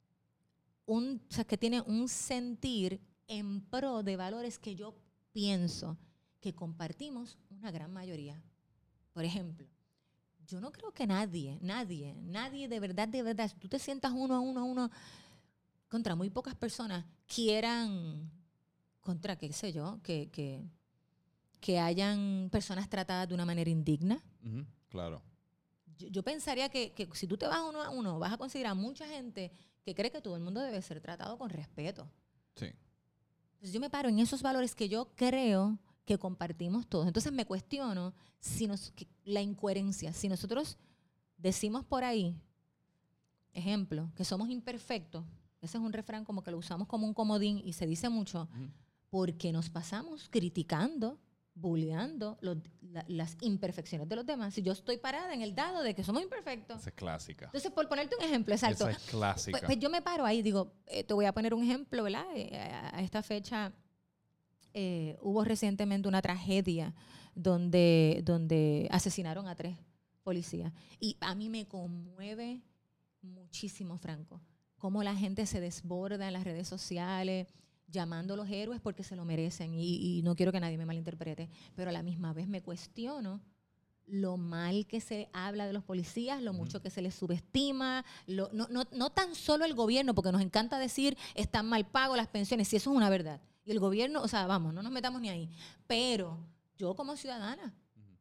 un, o sea, que tiene un sentir en pro de valores que yo pienso que compartimos una gran mayoría. Por ejemplo, yo no creo que nadie, nadie, nadie de verdad, de verdad, si tú te sientas uno a uno a uno contra muy pocas personas, quieran... contra, qué sé yo, que, que, que hayan personas tratadas de una manera indigna. Uh-huh, claro. Yo, yo pensaría que, que si tú te vas uno a uno, vas a conseguir a mucha gente que cree que todo el mundo debe ser tratado con respeto. Sí. Entonces yo me paro en esos valores que yo creo que compartimos todos. Entonces me cuestiono si nos, que, la incoherencia. Si nosotros decimos por ahí, ejemplo, que somos imperfectos, ese es un refrán como que lo usamos como un comodín y se dice mucho, uh-huh. porque nos pasamos criticando, bulleando los, la, las imperfecciones de los demás. Si yo estoy parada en el dado de que somos imperfectos. Esa es clásica. Entonces, por ponerte un ejemplo, exacto. Esa es clásica. Pues, pues yo me paro ahí y digo, eh, te voy a poner un ejemplo, ¿verdad? Eh, a esta fecha eh, hubo recientemente una tragedia donde, donde asesinaron a tres policías. Y a mí me conmueve muchísimo, Franco, cómo la gente se desborda en las redes sociales, llamando a los héroes porque se lo merecen y, y no quiero que nadie me malinterprete, pero a la misma vez me cuestiono lo mal que se habla de los policías, lo uh-huh. mucho que se les subestima, lo, no, no, no tan solo el gobierno, porque nos encanta decir están mal pagos las pensiones, si eso es una verdad. Y el gobierno, o sea, vamos, no nos metamos ni ahí. Pero yo como ciudadana, uh-huh.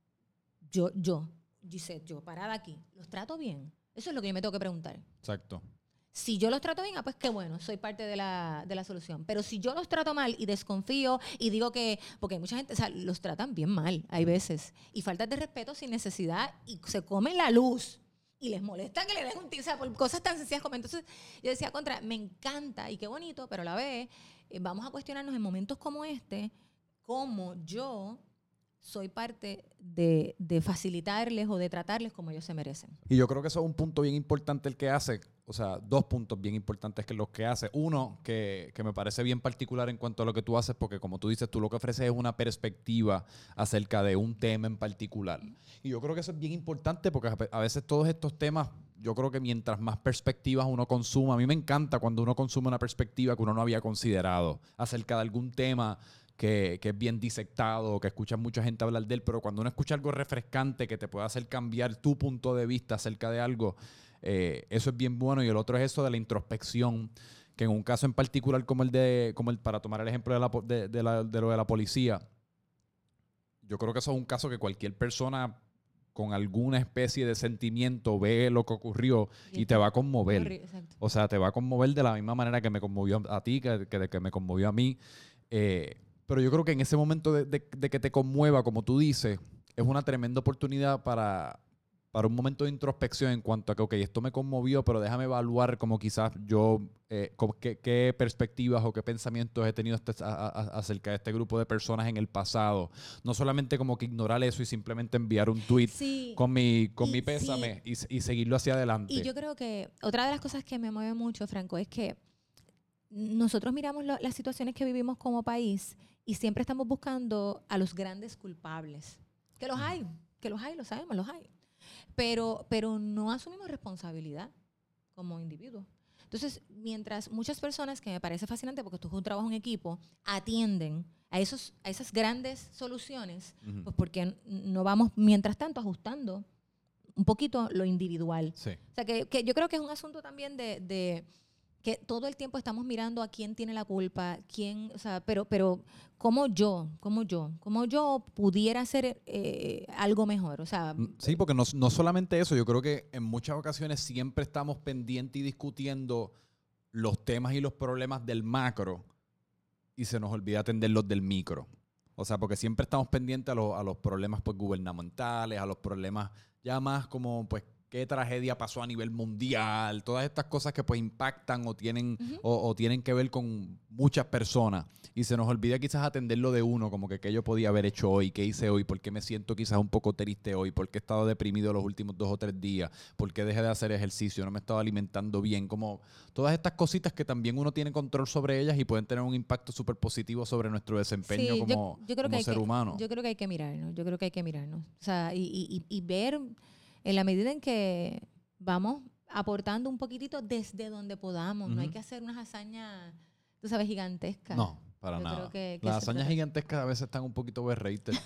yo, yo, Gisette, yo parada aquí, ¿los trato bien? Eso es lo que yo me tengo que preguntar. Exacto. Si yo los trato bien, ah, pues qué bueno, soy parte de la, de la solución. Pero si yo los trato mal y desconfío y digo que... Porque mucha gente, o sea, los tratan bien mal, hay veces. Y faltas de respeto sin necesidad y se comen la luz. Y les molesta que le den un tiro, o sea, por cosas tan sencillas como... Entonces, yo decía, contra, me encanta y qué bonito, pero a la vez eh, vamos a cuestionarnos en momentos como este, cómo yo... soy parte de, de facilitarles o de tratarles como ellos se merecen. Y yo creo que eso es un punto bien importante el que hace, o sea, dos puntos bien importantes que los que hace. Uno, que, que me parece bien particular en cuanto a lo que tú haces, porque como tú dices, tú lo que ofreces es una perspectiva acerca de un tema en particular. Y yo creo que eso es bien importante porque a veces todos estos temas, yo creo que mientras más perspectivas uno consuma, a mí me encanta cuando uno consume una perspectiva que uno no había considerado acerca de algún tema Que, que es bien disectado, que escuchas mucha gente hablar de él, pero cuando uno escucha algo refrescante que te puede hacer cambiar tu punto de vista acerca de algo, eh, eso es bien bueno. Y el otro es eso de la introspección, que en un caso en particular como el de, como el, para tomar el ejemplo de, la, de, de, la, de lo de la policía, yo creo que eso es un caso que cualquier persona con alguna especie de sentimiento ve lo que ocurrió y, y te va a conmover. Exacto. O sea, te va a conmover de la misma manera que me conmovió a ti, que, que, que me conmovió a mí. Eh, Pero yo creo que en ese momento de, de, de que te conmueva, como tú dices, es una tremenda oportunidad para, para un momento de introspección en cuanto a que, ok, esto me conmovió, pero déjame evaluar como quizás yo, eh, como qué, qué perspectivas o qué pensamientos he tenido este, a, a, acerca de este grupo de personas en el pasado. No solamente como que ignorar eso y simplemente enviar un tweet sí, con mi, con y, mi pésame sí. y, y seguirlo hacia adelante. Y yo creo que otra de las cosas que me mueve mucho, Franco, es que nosotros miramos lo, las situaciones que vivimos como país y siempre estamos buscando a los grandes culpables. Que los hay, que los hay, lo sabemos, los hay. Pero, pero no asumimos responsabilidad como individuos. Entonces, mientras muchas personas, que me parece fascinante porque esto es un trabajo en equipo, atienden a, esos, a esas grandes soluciones, uh-huh. pues porque no vamos, mientras tanto, ajustando un poquito lo individual. Sí. O sea, que, que yo creo que es un asunto también de... de que todo el tiempo estamos mirando a quién tiene la culpa, quién, o sea, pero, pero cómo yo, cómo yo, cómo yo pudiera hacer eh, algo mejor, o sea. Sí, porque no, no solamente eso, yo creo que en muchas ocasiones siempre estamos pendientes y discutiendo los temas y los problemas del macro y se nos olvida atender los del micro. O sea, porque siempre estamos pendientes a, lo, a los problemas pues, gubernamentales, a los problemas ya más como, pues, qué tragedia pasó a nivel mundial, todas estas cosas que pues impactan o tienen, uh-huh. o, o tienen que ver con muchas personas. Y se nos olvida quizás atender lo de uno, como que qué yo podía haber hecho hoy, qué hice hoy, por qué me siento quizás un poco triste hoy, por qué he estado deprimido los últimos dos o tres días, por qué dejé de hacer ejercicio, no me estaba alimentando bien, como todas estas cositas que también uno tiene control sobre ellas y pueden tener un impacto súper positivo sobre nuestro desempeño sí, como, yo, yo creo como que ser que, humano. Yo creo que hay que mirarnos, yo creo que hay que mirarnos. O sea, y, y, y ver en la medida en que vamos aportando un poquitito desde donde podamos. Uh-huh. No hay que hacer unas hazañas, tú sabes, gigantescas. No, para Yo nada. Creo que, que Las hazañas gigantescas a veces están un poquito berreitas.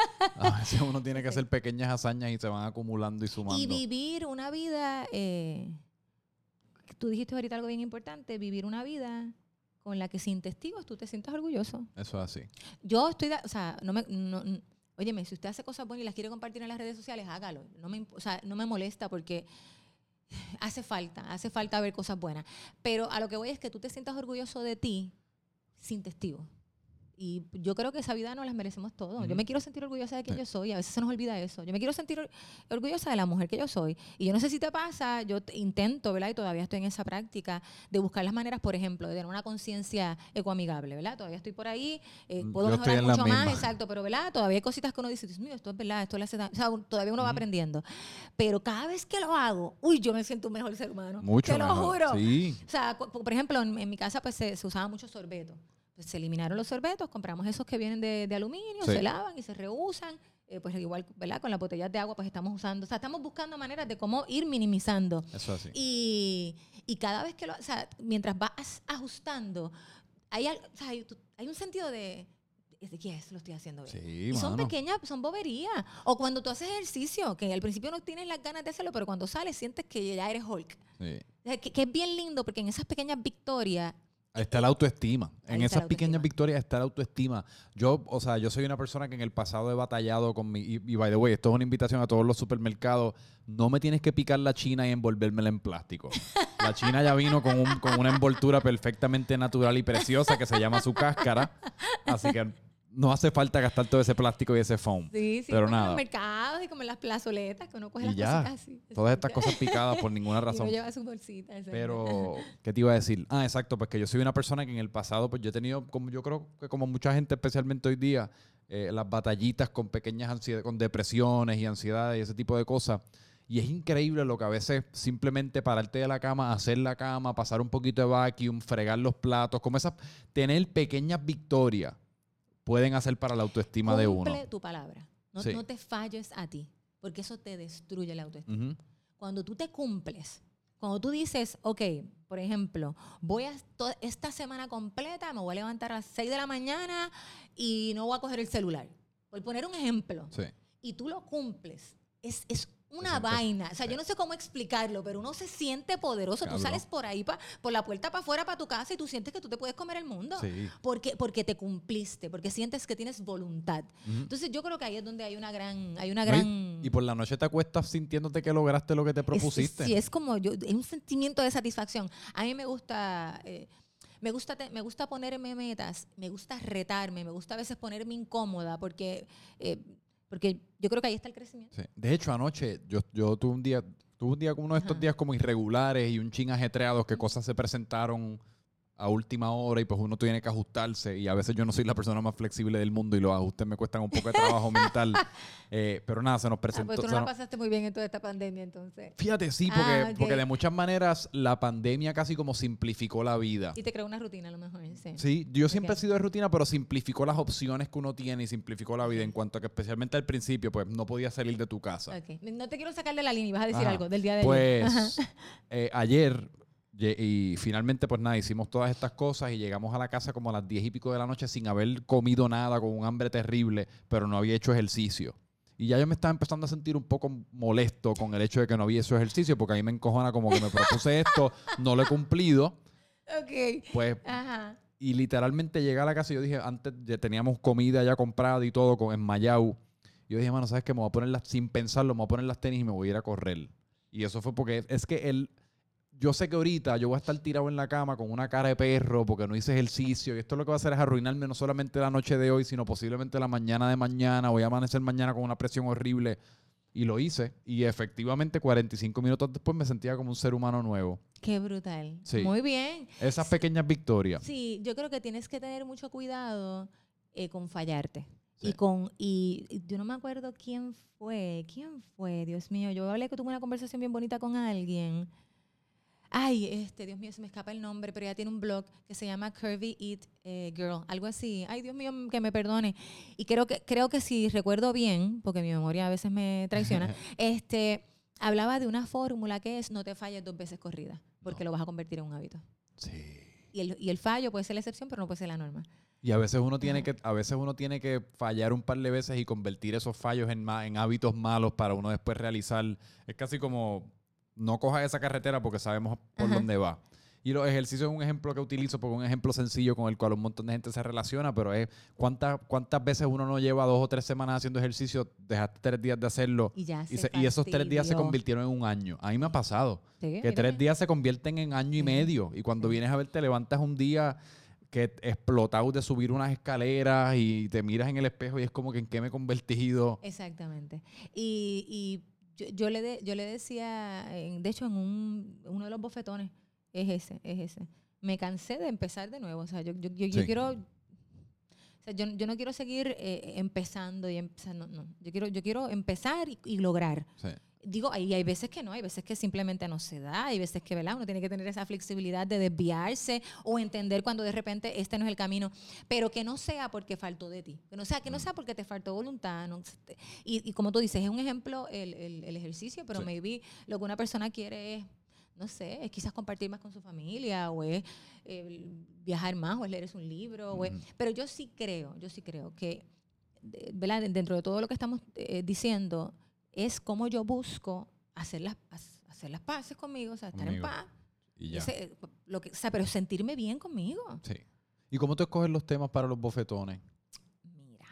A veces uno tiene que hacer pequeñas hazañas y se van acumulando y sumando. Y vivir una vida, eh, tú dijiste ahorita algo bien importante, vivir una vida con la que sin testigos tú te sientas orgulloso. Eso es así. Yo estoy, de, o sea, no me... No, no, óyeme, si usted hace cosas buenas y las quiere compartir en las redes sociales, hágalo. No me, o sea, no me molesta porque hace falta, hace falta ver cosas buenas. Pero a lo que voy es que tú te sientas orgulloso de ti sin testigos. Y yo creo que esa vida nos las merecemos todos. Uh-huh. Yo me quiero sentir orgullosa de quién sí. yo soy. A veces se nos olvida eso. Yo me quiero sentir or- orgullosa de la mujer que yo soy. Y yo no sé si te pasa, yo te intento, ¿verdad? Y todavía estoy en esa práctica de buscar las maneras, por ejemplo, de tener una conciencia ecoamigable, ¿verdad? Todavía estoy por ahí, eh, puedo yo mejorar mucho más, exacto, pero ¿verdad? Todavía hay cositas que uno dice, Dios mío, esto es verdad, esto le hace daño. O sea, todavía uno uh-huh. va aprendiendo. Pero cada vez que lo hago, uy, yo me siento un mejor ser humano. Mucho te mejor. lo juro. Sí. O sea, por ejemplo, en, en mi casa pues se, se usaba mucho sorbeto. Pues se eliminaron los sorbetos, compramos esos que vienen de, de aluminio, sí. se lavan y se reusan. Eh, pues igual, ¿verdad? Con las botellas de agua pues estamos usando. O sea, estamos buscando maneras de cómo ir minimizando. Eso así. Y, y cada vez que lo... O sea, mientras vas ajustando, hay, o sea, hay, hay un sentido de... ¿De qué es? Lo estoy haciendo bien. Sí, y mano. son pequeñas, son boberías. O cuando tú haces ejercicio, que al principio no tienes las ganas de hacerlo, pero cuando sales sientes que ya eres Hulk. Sí. O sea, que, que es bien lindo porque en esas pequeñas victorias... Está la autoestima. Ahí en está esas la pequeñas autoestima. victorias está la autoestima. Yo, o sea, yo soy una persona que en el pasado he batallado con mi... Y, y by the way, esto es una invitación a todos los supermercados. No me tienes que picar la china y envolvérmela en plástico. La china ya vino con, un, con una envoltura perfectamente natural y preciosa que se llama su cáscara. Así que no hace falta gastar todo ese plástico y ese foam. Sí, sí, pero como nada. en los mercados y como en las plazoletas que uno coge y las ya, cositas así. todas estas cosas picadas por ninguna razón. Y uno lleva su bolsita. Esa. Pero, ¿qué te iba a decir? Ah, exacto, pues que yo soy una persona que en el pasado, pues yo he tenido, como yo creo que como mucha gente, especialmente hoy día, eh, las batallitas con pequeñas ansiedades, con depresiones y ansiedades y ese tipo de cosas. Y es increíble lo que a veces simplemente pararte de la cama, hacer la cama, pasar un poquito de vacuum, fregar los platos, como esas, tener pequeñas victorias pueden hacer para la autoestima Cumple de uno. Cumple tu palabra. No, sí. no te falles a ti, porque eso te destruye la autoestima. Uh-huh. Cuando tú te cumples, cuando tú dices, ok, por ejemplo, voy a esta semana completa, me voy a levantar a las seis de la mañana y no voy a coger el celular. Por poner un ejemplo. Sí. Y tú lo cumples. Es, es una vaina. O sea, yo no sé cómo explicarlo, pero uno se siente poderoso. Cabrón. Tú sales por ahí, pa, por la puerta para afuera, para tu casa, y tú sientes que tú te puedes comer el mundo. Sí. Porque, porque te cumpliste, porque sientes que tienes voluntad. Uh-huh. Entonces, yo creo que ahí es donde hay una gran... Hay una gran... Y, y por la noche te acuestas sintiéndote que lograste lo que te propusiste. Es, sí, es como yo, es un sentimiento de satisfacción. A mí me gusta... Eh, Me gusta, te, me gusta ponerme metas, me gusta retarme, me gusta a veces ponerme incómoda, porque... Eh, Porque yo creo que ahí está el crecimiento. Sí. De hecho, anoche yo, yo tuve un día, tuve un día, uno de estos Ajá. días como irregulares y un chin ajetreados que cosas se presentaron a última hora y pues uno tiene que ajustarse y a veces yo no soy la persona más flexible del mundo y los ajustes me cuestan un poco de trabajo mental. Eh, pero nada, se nos presentó. Ah, pues tú no la pasaste muy bien en toda esta pandemia entonces. Fíjate, sí, porque, ah, okay. porque de muchas maneras la pandemia casi como simplificó la vida. Y te creó una rutina a lo mejor, sí. Sí, yo siempre okay. he sido de rutina, pero simplificó las opciones que uno tiene y simplificó la vida en cuanto a que especialmente al principio pues no podías salir de tu casa. Okay. No te quiero sacar de la línea, vas a decir Ajá. algo del día de ayer. Pues eh, ayer... Y finalmente, pues nada, hicimos todas estas cosas y llegamos a la casa como a las diez y pico de la noche sin haber comido nada, con un hambre terrible, pero no había hecho ejercicio. Y ya yo me estaba empezando a sentir un poco molesto con el hecho de que no había hecho ejercicio, porque a mí me encojona como que me propuse esto, no lo he cumplido. Ok. Pues, Ajá. Y literalmente llegué a la casa y yo dije, antes ya teníamos comida ya comprada y todo con, en Mayau. Yo dije, mano, ¿sabes qué? Me voy a poner las, sin pensarlo, me voy a poner las tenis y me voy a ir a correr. Y eso fue porque es que él... Yo sé que ahorita yo voy a estar tirado en la cama con una cara de perro porque no hice ejercicio y esto lo que va a hacer es arruinarme no solamente la noche de hoy, sino posiblemente la mañana de mañana. Voy a amanecer mañana con una presión horrible y lo hice y efectivamente cuarenta y cinco minutos después me sentía como un ser humano nuevo. Qué brutal. Sí. Muy bien. Esas pequeñas victorias. Sí, yo creo que tienes que tener mucho cuidado eh, con fallarte. Sí. Y con y, y yo no me acuerdo quién fue, quién fue, Dios mío. Yo hablé que tuve una conversación bien bonita con alguien. Ay, este, Dios mío, se me escapa el nombre, pero ella tiene un blog que se llama Curvy Eat eh, Girl, algo así. Ay, Dios mío, que me perdone. Y creo que, creo que si recuerdo bien, porque mi memoria a veces me traiciona, este, hablaba de una fórmula que es no te falles dos veces corrida, porque no. lo vas a convertir en un hábito. Sí. Y el, y el fallo puede ser la excepción, pero no puede ser la norma. Y a veces uno tiene que, a veces uno tiene que fallar un par de veces y convertir esos fallos en, en hábitos malos para uno después realizar. Es casi como... No cojas esa carretera porque sabemos por Ajá. dónde va. Y los ejercicios es un ejemplo que utilizo porque es un ejemplo sencillo con el cual un montón de gente se relaciona, pero es cuántas cuántas veces uno no lleva dos o tres semanas haciendo ejercicio, dejaste tres días de hacerlo y, ya y, se se, y esos tres días se convirtieron en un año. A mí me ha pasado ¿Sí? que tres días se convierten en año y sí. medio y cuando sí. vienes a ver te levantas un día que explotado de subir unas escaleras y te miras en el espejo y es como que en qué me he convertido. Exactamente. Y... y Yo, yo, le de, yo le decía, en, de hecho, en un, uno de los bofetones, es ese, es ese. Me cansé de empezar de nuevo. O sea, yo, yo, yo, sí. yo quiero... O sea, yo, yo no quiero seguir eh, empezando y empezando, no, no. Yo quiero, yo quiero empezar y, y lograr. Sí. Digo, hay, hay veces que no, hay veces que simplemente no se da, hay veces que, ¿verdad? Uno tiene que tener esa flexibilidad de desviarse o entender cuando de repente este no es el camino, pero que no sea porque faltó de ti, que no sea, que no sea porque te faltó voluntad. No, y, y como tú dices, es un ejemplo el, el, el ejercicio, pero sí. maybe lo que una persona quiere es, no sé, es quizás compartir más con su familia o es eh, viajar más o es leer un libro. Mm-hmm. O es, pero yo sí creo, yo sí creo que, ¿verdad? Dentro de todo lo que estamos eh, diciendo, es como yo busco hacer las, hacer las paces conmigo, o sea, estar conmigo. en paz. Y ya. Ese, lo que, o sea, pero sentirme bien conmigo. Sí. ¿Y cómo tú escoges los temas para los bofetones? Mira.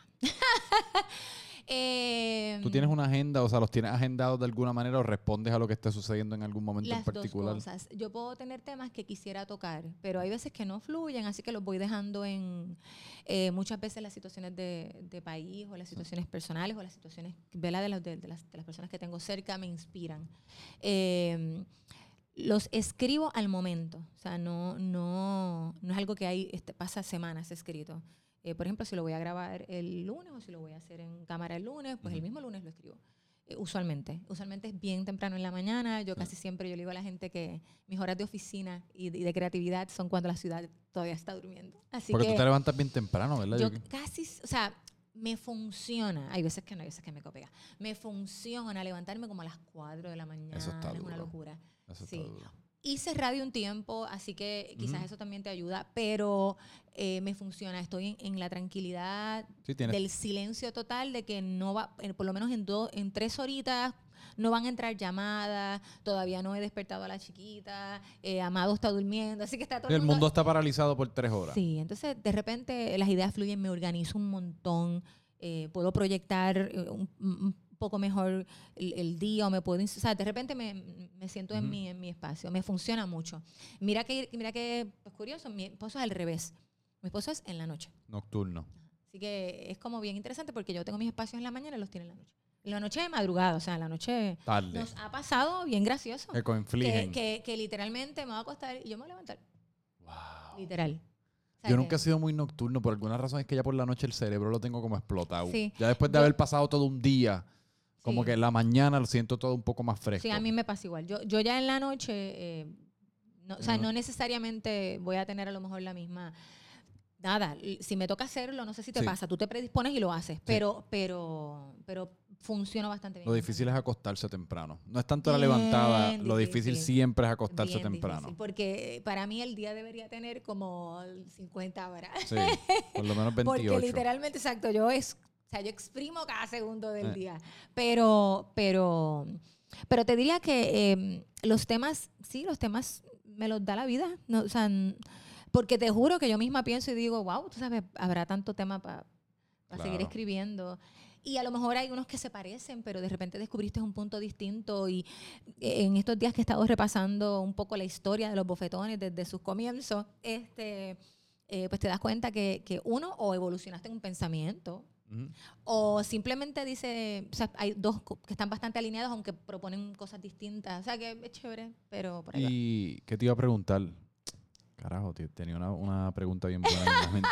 eh, ¿Tú tienes una agenda, o sea, los tienes agendados de alguna manera o respondes a lo que esté sucediendo en algún momento las en particular? Dos cosas. Yo puedo tener temas que quisiera tocar, pero hay veces que no fluyen, así que los voy dejando en eh, muchas veces las situaciones de, de país o las situaciones personales o las situaciones de, la, de, las, de, las, de las personas que tengo cerca me inspiran. Eh, los escribo al momento, o sea, no, no, no es algo que hay, este, pasa semanas escrito. Eh, por ejemplo, si lo voy a grabar el lunes o si lo voy a hacer en cámara el lunes, pues uh-huh. el mismo lunes lo escribo. Eh, usualmente. Usualmente es bien temprano en la mañana. Yo uh-huh. casi siempre yo le digo a la gente que mis horas de oficina y de, y de creatividad son cuando la ciudad todavía está durmiendo. Así Porque que tú te levantas bien temprano, ¿verdad? Yo, yo casi, o sea, me funciona. Hay veces que no, hay veces que me copia. Me funciona levantarme como a las cuatro de la mañana. Eso está es duro. una locura. Eso sí. está duro. Hice radio un tiempo, así que quizás mm. eso también te ayuda, pero eh, me funciona. Estoy en, en la tranquilidad sí, del silencio total, de que no va, por lo menos en, dos, en tres horitas no van a entrar llamadas, todavía no he despertado a la chiquita, eh, Amado está durmiendo, así que está todo el, el mundo, mundo está paralizado por tres horas. Sí, entonces de repente las ideas fluyen, me organizo un montón, eh, puedo proyectar eh, un, un poco mejor el, el día o me puedo, o sea, de repente me, me siento uh-huh. en mi en mi espacio, me funciona mucho. Mira que mira que pues curioso, mi esposo es al revés. Mi esposo es en la noche. Nocturno. Así que es como bien interesante porque yo tengo mis espacios en la mañana y los tiene en la noche. En la noche de madrugada, o sea, en la noche Tarde. nos ha pasado bien gracioso. Que confligen. Que, que, que literalmente me voy a acostar y yo me voy a levantar. Wow. Literal. O sea, Yo que, nunca he sido muy nocturno. Por alguna razón es que ya por la noche el cerebro lo tengo como explotado. Sí. Ya después de Yo- haber pasado todo un día, como Sí. que en la mañana lo siento todo un poco más fresco. Sí, a mí me pasa igual. Yo, yo ya en la noche, eh, no, o sea, Ajá. no necesariamente voy a tener a lo mejor la misma... Nada, l- si me toca hacerlo, no sé si te Sí. pasa, tú te predispones y lo haces, pero, pero, pero funciona bastante bien. Lo difícil es acostarse temprano. No es tanto la Bien levantada, lo difícil difícil. siempre es acostarse Bien temprano. difícil, porque para mí el día debería tener como cincuenta horas. Sí, por lo menos veintiocho. Porque literalmente, exacto, yo es, o sea, yo exprimo cada segundo del Eh. día. Pero, pero, pero te diría que eh, los temas, sí, los temas me los da la vida. No, o sea, n- porque te juro que yo misma pienso y digo, wow, tú sabes, habrá tanto tema para seguir Claro. escribiendo. Y a lo mejor hay unos que se parecen, pero de repente descubriste un punto distinto. Y eh, en estos días que he estado repasando un poco la historia de los bofetones desde sus comienzos, este, eh, pues te das cuenta que, que uno, o evolucionaste en un pensamiento, Ujú. o simplemente dice, o sea, hay dos co- que están bastante alineados, aunque proponen cosas distintas. O sea, que es chévere, pero por ahí va. ¿Y qué te iba a preguntar? Carajo, tío, tenía una, una pregunta bien buena en mi mente.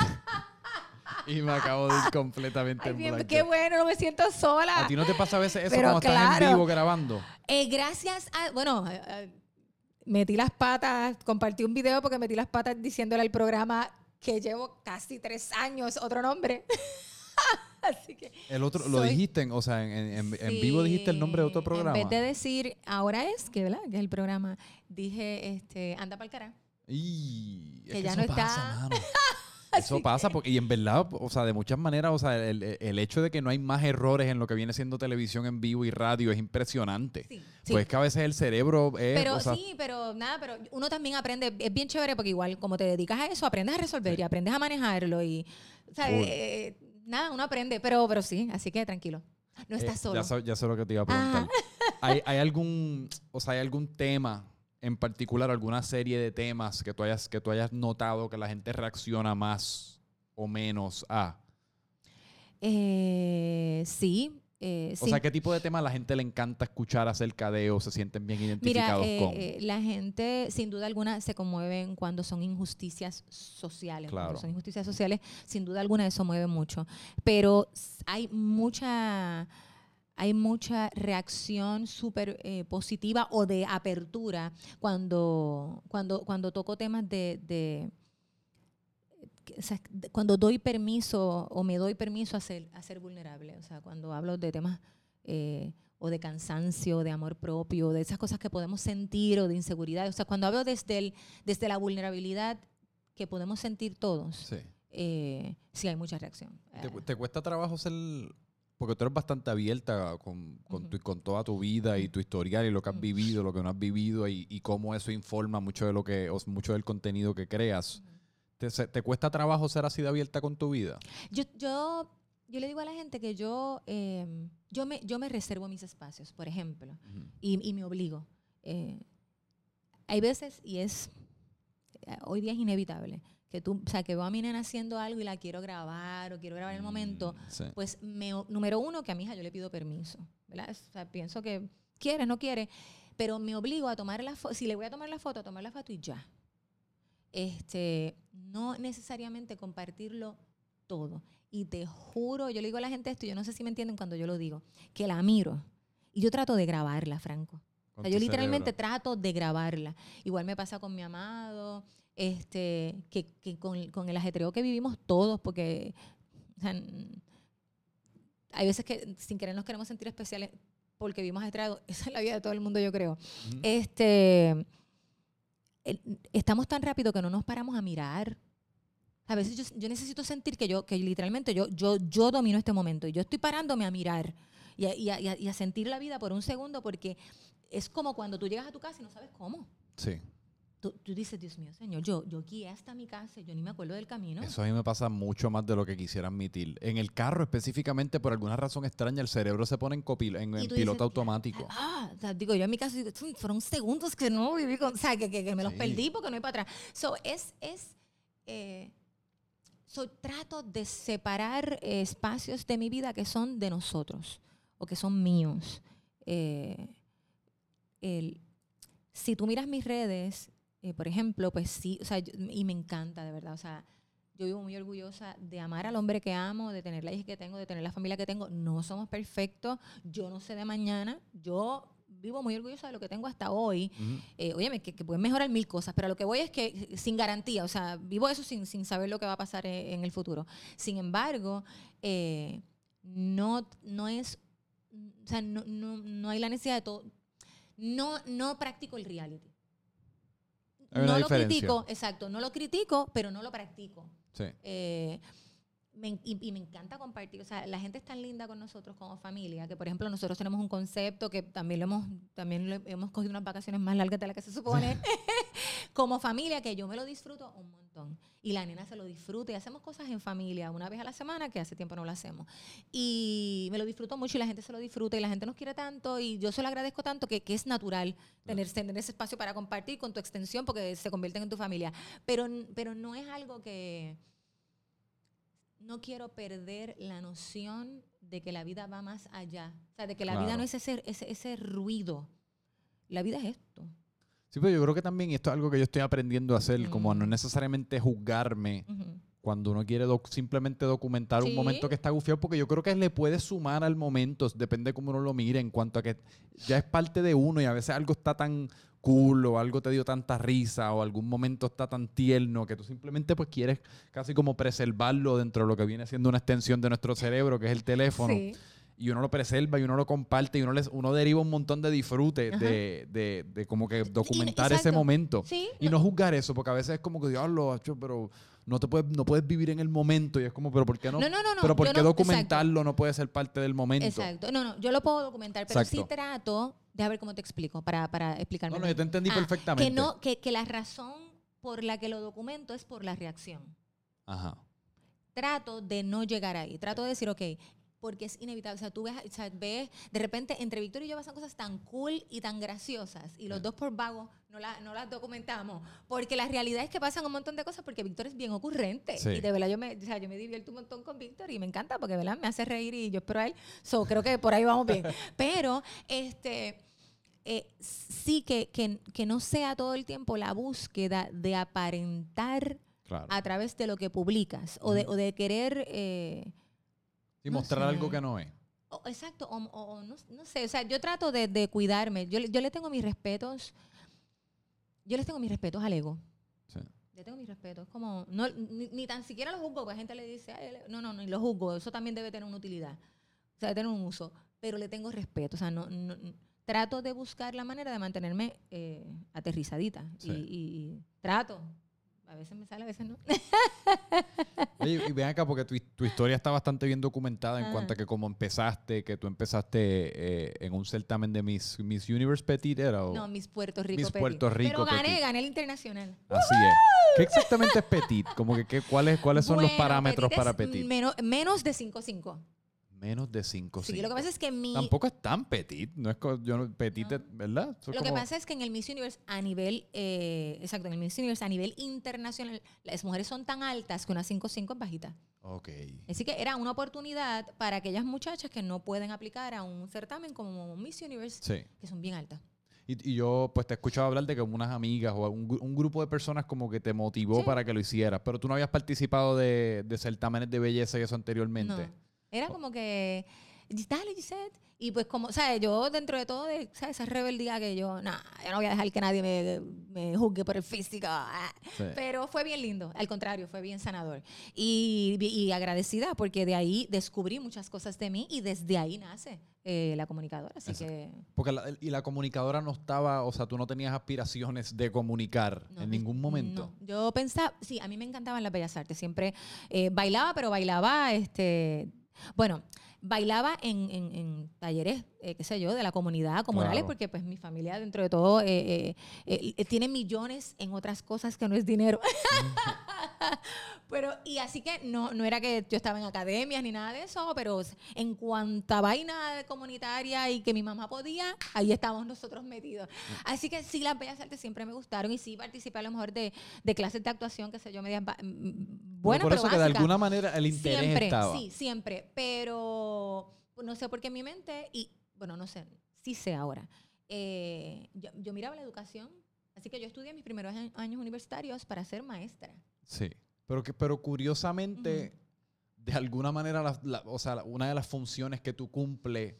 Y me acabo de ir completamente Ay, en bien, blanco. qué bueno, no me siento sola. ¿A ti no te pasa a veces eso Pero cuando estás en claro. vivo grabando? Eh, gracias a, bueno, eh, eh, metí las patas, compartí un video porque metí las patas diciéndole al programa que llevo casi tres años, otro nombre. Así que El otro, lo soy- dijiste, en- o sea, en, en- en vivo dijiste el nombre de otro sí, programa. En vez de decir, ahora es, que, ¿verdad? Que es el programa, dije, este, anda para el cara. Y es Que que ya eso no está. pasa, mano. Eso pasa, porque, y en verdad, o sea, de muchas maneras, o sea, el, el hecho de que no hay más errores en lo que viene siendo televisión en vivo y radio es impresionante. Sí, sí. Pues que a veces el cerebro es... Pero o sea, sí, pero nada, pero uno también aprende, es bien chévere porque igual como te dedicas a eso, aprendes a resolver Sí. y aprendes a manejarlo y, o sea, Cool. eh, nada, uno aprende, pero, pero sí, así que tranquilo, no estás eh, solo. Ya sé, ya sé lo que te iba a preguntar. Ajá. ¿Hay, hay algún, o sea, hay algún tema en particular, alguna serie de temas que tú hayas, que tú hayas notado que la gente reacciona más o menos a? Eh, sí, eh, O sí. sea, ¿qué tipo de tema a la gente le encanta escuchar acerca de o se sienten bien Mira, identificados eh, con? eh, la gente sin duda alguna se conmueven cuando son injusticias sociales. Claro. Cuando son injusticias sociales, sin duda alguna eso mueve mucho. Pero s- hay mucha, hay mucha reacción súper eh, positiva o de apertura cuando, cuando, cuando toco temas de... de que- o sea, de- cuando doy permiso o me doy permiso a ser, a ser vulnerable. O sea, cuando hablo de temas eh, o de cansancio, de amor propio, de esas cosas que podemos sentir o de inseguridad. O sea, cuando hablo desde, el, desde la vulnerabilidad que podemos sentir todos, Sí. eh, sí hay mucha reacción. ¿Te, Eh, te cuesta trabajo ser...? Porque tú eres bastante abierta con, con, tu- Ujú. con toda tu vida y tu historial y lo que has Ujú. vivido, lo que no has vivido y, y cómo eso informa mucho de lo que, o mucho del contenido que creas. ¿Te, se- ¿Te cuesta trabajo ser así de abierta con tu vida? Yo, yo, yo le digo a la gente que yo, eh, yo, me, yo me reservo mis espacios, por ejemplo, y, y me obligo. Eh, hay veces, y es, eh, hoy día es inevitable, que tú, o sea, que veo a mi nena haciendo algo y la quiero grabar o quiero grabar el momento, Mm, sí. pues me, número uno, que a mi hija yo le pido permiso, ¿verdad? O sea, pienso que quiere, no quiere, pero me obligo a tomar la foto, si le voy a tomar la foto, a tomar la foto y ya. Este, no necesariamente compartirlo todo. Y te juro, yo le digo a la gente esto, yo no sé si me entienden cuando yo lo digo, que la miro y yo trato de grabarla, Franco. O Con sea, yo tu literalmente cerebro. trato de grabarla. Igual me pasa con mi amado, este, que, que con, con el ajetreo que vivimos todos, porque o sea, n- hay veces que sin querer nos queremos sentir especiales porque vivimos ajetreados. Esa es la vida de todo el mundo, yo creo. Ujú. Este, el- estamos tan rápido que no nos paramos a mirar. A veces yo, yo necesito sentir que yo, que literalmente yo, yo, yo domino este momento y yo estoy parándome a mirar y a, y a- y a- y a sentir la vida por un segundo, porque es como cuando tú llegas a tu casa y no sabes cómo. Sí. Tú, tú dices, Dios mío, Señor, yo, yo guié hasta mi casa, yo ni me acuerdo del camino. Eso a mí me pasa mucho más de lo que quisiera admitir. En el carro específicamente, por alguna razón extraña, el cerebro se pone en, copil en, Y en tú piloto dices, automático. Ah, o sea, digo, yo en mi caso, digo, "Uy, fueron segundos que no viví con, o sea, que, que, que me los Sí. perdí porque no hay para atrás. So, es, es, eh, So, trato de separar eh, espacios de mi vida que son de nosotros o que son míos. Eh, el, si tú miras mis redes, eh, por ejemplo, pues sí, o sea, yo, y me encanta, de verdad, o sea, yo vivo muy orgullosa de amar al hombre que amo, de tener la hija que tengo, de tener la familia que tengo. No somos perfectos, yo no sé de mañana, yo vivo muy orgullosa de lo que tengo hasta hoy. Uh-huh. eh, óyeme, que, que pueden mejorar mil cosas, pero a lo que voy es que sin garantía, o sea, vivo eso sin, sin saber lo que va a pasar en, en el futuro. Sin embargo, eh, no, no es, o sea, no, no, no hay la necesidad de todo, no, no practico el reality. Hay una no diferencia. lo critico, exacto, no lo critico, pero no lo practico. Sí. Eh, me, y, y me encanta compartir, o sea, la gente es tan linda con nosotros como familia, que por ejemplo nosotros tenemos un concepto que también lo hemos, también lo hemos cogido unas vacaciones más largas de las que se supone, como familia, que yo me lo disfruto un montón, y la nena se lo disfruta, y hacemos cosas en familia una vez a la semana, que hace tiempo no lo hacemos, y me lo disfruto mucho, y la gente se lo disfruta, y la gente nos quiere tanto, y yo se lo agradezco tanto, que, que es natural tener, tener ese espacio para compartir con tu extensión, porque se convierten en tu familia, pero, pero no es algo que... No quiero perder la noción de que la vida va más allá. O sea, de que la claro. vida no es ese, ese, ese ruido. La vida es esto. Sí, pero yo creo que también esto es algo que yo estoy aprendiendo a hacer, mm. como a no necesariamente juzgarme uh-huh. cuando uno quiere doc- simplemente documentar ¿Sí? un momento que está gufiado, porque yo creo que le puede sumar al momento, depende de cómo uno lo mire, en cuanto a que ya es parte de uno y a veces algo está tan cool o algo te dio tanta risa o algún momento está tan tierno que tú simplemente pues quieres casi como preservarlo dentro de lo que viene siendo una extensión de nuestro cerebro, que es el teléfono. Sí. Y uno lo preserva y uno lo comparte y uno, les, uno deriva un montón de disfrute de, de, de como que documentar ese momento. Sí, y no. no juzgar eso, porque a veces es como que, diablo, pero no te puedes, no puedes vivir en el momento. Y es como, pero ¿por qué no? No, no, no, no pero ¿por qué no, documentarlo exacto. no puede ser parte del momento? Exacto. No, no, yo lo puedo documentar, pero exacto. sí trato, déjame ver cómo te explico, para, para explicarme. No, no, yo te entendí ah, perfectamente. Que, no, que, que la razón por la que lo documento es por la reacción. Ajá. Trato de no llegar ahí. Trato de decir, ok, porque es inevitable. O sea, tú ves, o sea, ves, de repente, entre Víctor y yo pasan cosas tan cool y tan graciosas, y los sí. dos por vagos no, la, no las documentamos, porque la realidad es que pasan un montón de cosas, porque Víctor es bien ocurrente, sí. y de verdad yo me, o sea, yo me divierto un montón con Víctor, y me encanta, porque de verdad me hace reír, y yo espero a él, so, creo que por ahí vamos bien. Pero, este... Eh, sí que, que, que no sea todo el tiempo la búsqueda de aparentar claro. a través de lo que publicas, o de, o de querer... Eh, Y no mostrar sé. algo que no es. O, exacto, o, o no, no sé, o sea, yo trato de, de cuidarme. Yo, yo le tengo mis respetos, yo les tengo mis respetos al ego. Sí. Le tengo mis respetos, como, no, ni, ni tan siquiera lo juzgo, porque la gente le dice, ay, no, no, ni lo juzgo, eso también debe tener una utilidad, o sea, debe tener un uso, pero le tengo respeto, o sea, no, no trato de buscar la manera de mantenerme eh, aterrizadita, sí. y, y, y trato. A veces me sale, a veces no. Oye, y ven acá, porque tu, tu historia está bastante bien documentada en ah. cuanto a que como empezaste, que tú empezaste eh, en un certamen de Miss, Miss Universe Petit, ¿era? O? No, Miss Puerto Rico Miss Petit. Puerto Rico Pero gané, Petit. gané el internacional. Así es. ¿Qué exactamente es Petit? Como que, ¿qué, ¿cuáles, ¿Cuáles son bueno, los parámetros petit para Petit? Menos, menos de cinco cinco. Menos de cinco Sí, lo que pasa es que mi... Tampoco es tan petit, no es yo, petit, no. ¿verdad? Eso lo como... que pasa es que en el Miss Universe a nivel, eh, exacto, en el Miss Universe a nivel internacional, las mujeres son tan altas que una cinco cinco es bajita. Ok. Así que era una oportunidad para aquellas muchachas que no pueden aplicar a un certamen como Miss Universe, sí. que son bien altas. Y, y yo pues te he escuchado hablar de que unas amigas o un, un grupo de personas como que te motivó sí. para que lo hicieras, pero tú no habías participado de, de certámenes de belleza y eso anteriormente. No. Era como que, dale, Gisette. Y pues como, ¿sabes? Yo dentro de todo, de, ¿sabes? Esa rebeldía que yo, nah, yo no voy a dejar que nadie me, me juzgue por el físico. Sí. Pero fue bien lindo, al contrario, fue bien sanador. Y, y agradecida porque de ahí descubrí muchas cosas de mí y desde ahí nace eh, la comunicadora. Así Exacto. que... Porque la, y la comunicadora no estaba, o sea, tú no tenías aspiraciones de comunicar no, en ningún momento. No, yo pensaba, sí, a mí me encantaban las bellas artes. Siempre eh, bailaba, pero bailaba, este... Bueno, bailaba en, en, en talleres, eh, qué sé yo, de la comunidad comunales, claro. porque pues mi familia dentro de todo eh, eh, eh, tiene millones en otras cosas que no es dinero. Pero, y así que no, no era que yo estaba en academias ni nada de eso, pero en cuanto a vaina comunitaria y que mi mamá podía, ahí estábamos nosotros metidos. Así que sí, las bellas artes siempre me gustaron y sí participé a lo mejor de, de clases de actuación, que sé yo, medias buenas, por pero eso básicas. Que de alguna manera el interés siempre, estaba. Sí, siempre, pero no sé por qué en mi mente, y bueno, no sé, sí sé ahora, eh, yo, yo miraba la educación, así que yo estudié mis primeros años universitarios para ser maestra. Sí. Pero, que, pero curiosamente, uh-huh. de alguna manera, la, la, o sea, una de las funciones que tú cumples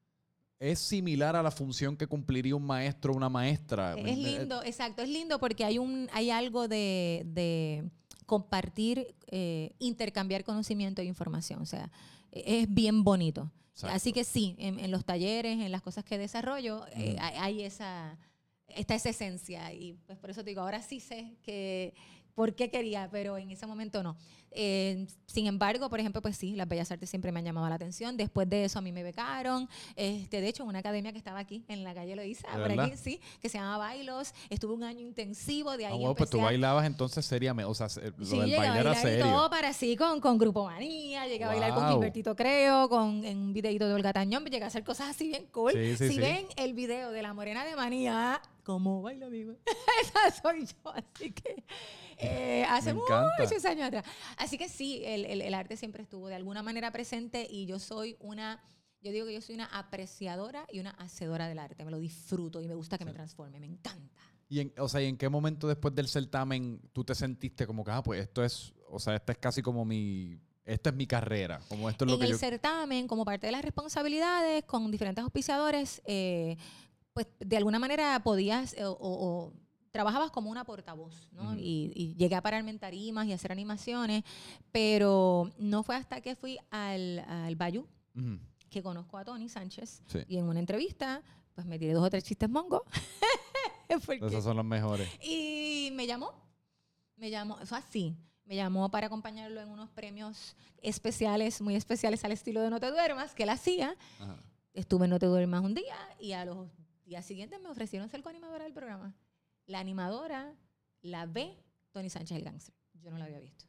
es similar a la función que cumpliría un maestro o una maestra. Es lindo, exacto, es lindo porque hay, un, hay algo de, de compartir, eh, intercambiar conocimiento e información, o sea, es bien bonito. Exacto. Así que sí, en, en los talleres, en las cosas que desarrollo, uh-huh. eh, hay, hay esa, está esa esencia y pues por eso te digo, ahora sí sé que por qué quería, pero en ese momento no. Eh, sin embargo, por ejemplo, pues sí, las bellas artes siempre me han llamado la atención. Después de eso a mí me becaron. Este, de hecho, en una academia que estaba aquí, en la calle Loíza, por aquí, sí, que se llama Bailos. Estuve un año intensivo, de ahí ah, bueno, pues tú a... bailabas entonces seriamente, o sea, lo sí, del baile era serio. Sí, todo para sí, con, con Grupo Manía, llegué wow. a bailar con Gilbertito Creo, con, en un videito de Olga Tañón, llegué a hacer cosas así bien cool. Sí, sí, si sí. ven el video de La Morena de Manía, como baila, amigo, esa soy yo, así que... Eh, hace muchos años atrás. Así que sí, el, el, el arte siempre estuvo de alguna manera presente y yo soy una, yo digo que yo soy una apreciadora y una hacedora del arte. Me lo disfruto y me gusta que sí. me transforme, me encanta. Y en, o sea, ¿y en qué momento después del certamen tú te sentiste como que, ah, pues esto es, o sea, esta es casi como mi, esta es mi carrera, como esto es lo en que el yo... certamen, como parte de las responsabilidades, con diferentes auspiciadores, eh, pues de alguna manera podías eh, o, o trabajabas como una portavoz, ¿no? Uh-huh. y, y llegué a pararme en tarimas y hacer animaciones, pero no fue hasta que fui al, al Bayou uh-huh. que conozco a Tony Sánchez sí. y en una entrevista pues me tiré dos o tres chistes mongos. Esos son los mejores. Y me llamó, me llamó, fue así, me llamó para acompañarlo en unos premios especiales, muy especiales al estilo de No Te Duermas, que él hacía. Uh-huh. Estuve en No Te Duermas un día y a los días siguientes me ofrecieron ser coanimadora del programa. La animadora la ve Tony Sánchez el Gangster. Yo no la había visto.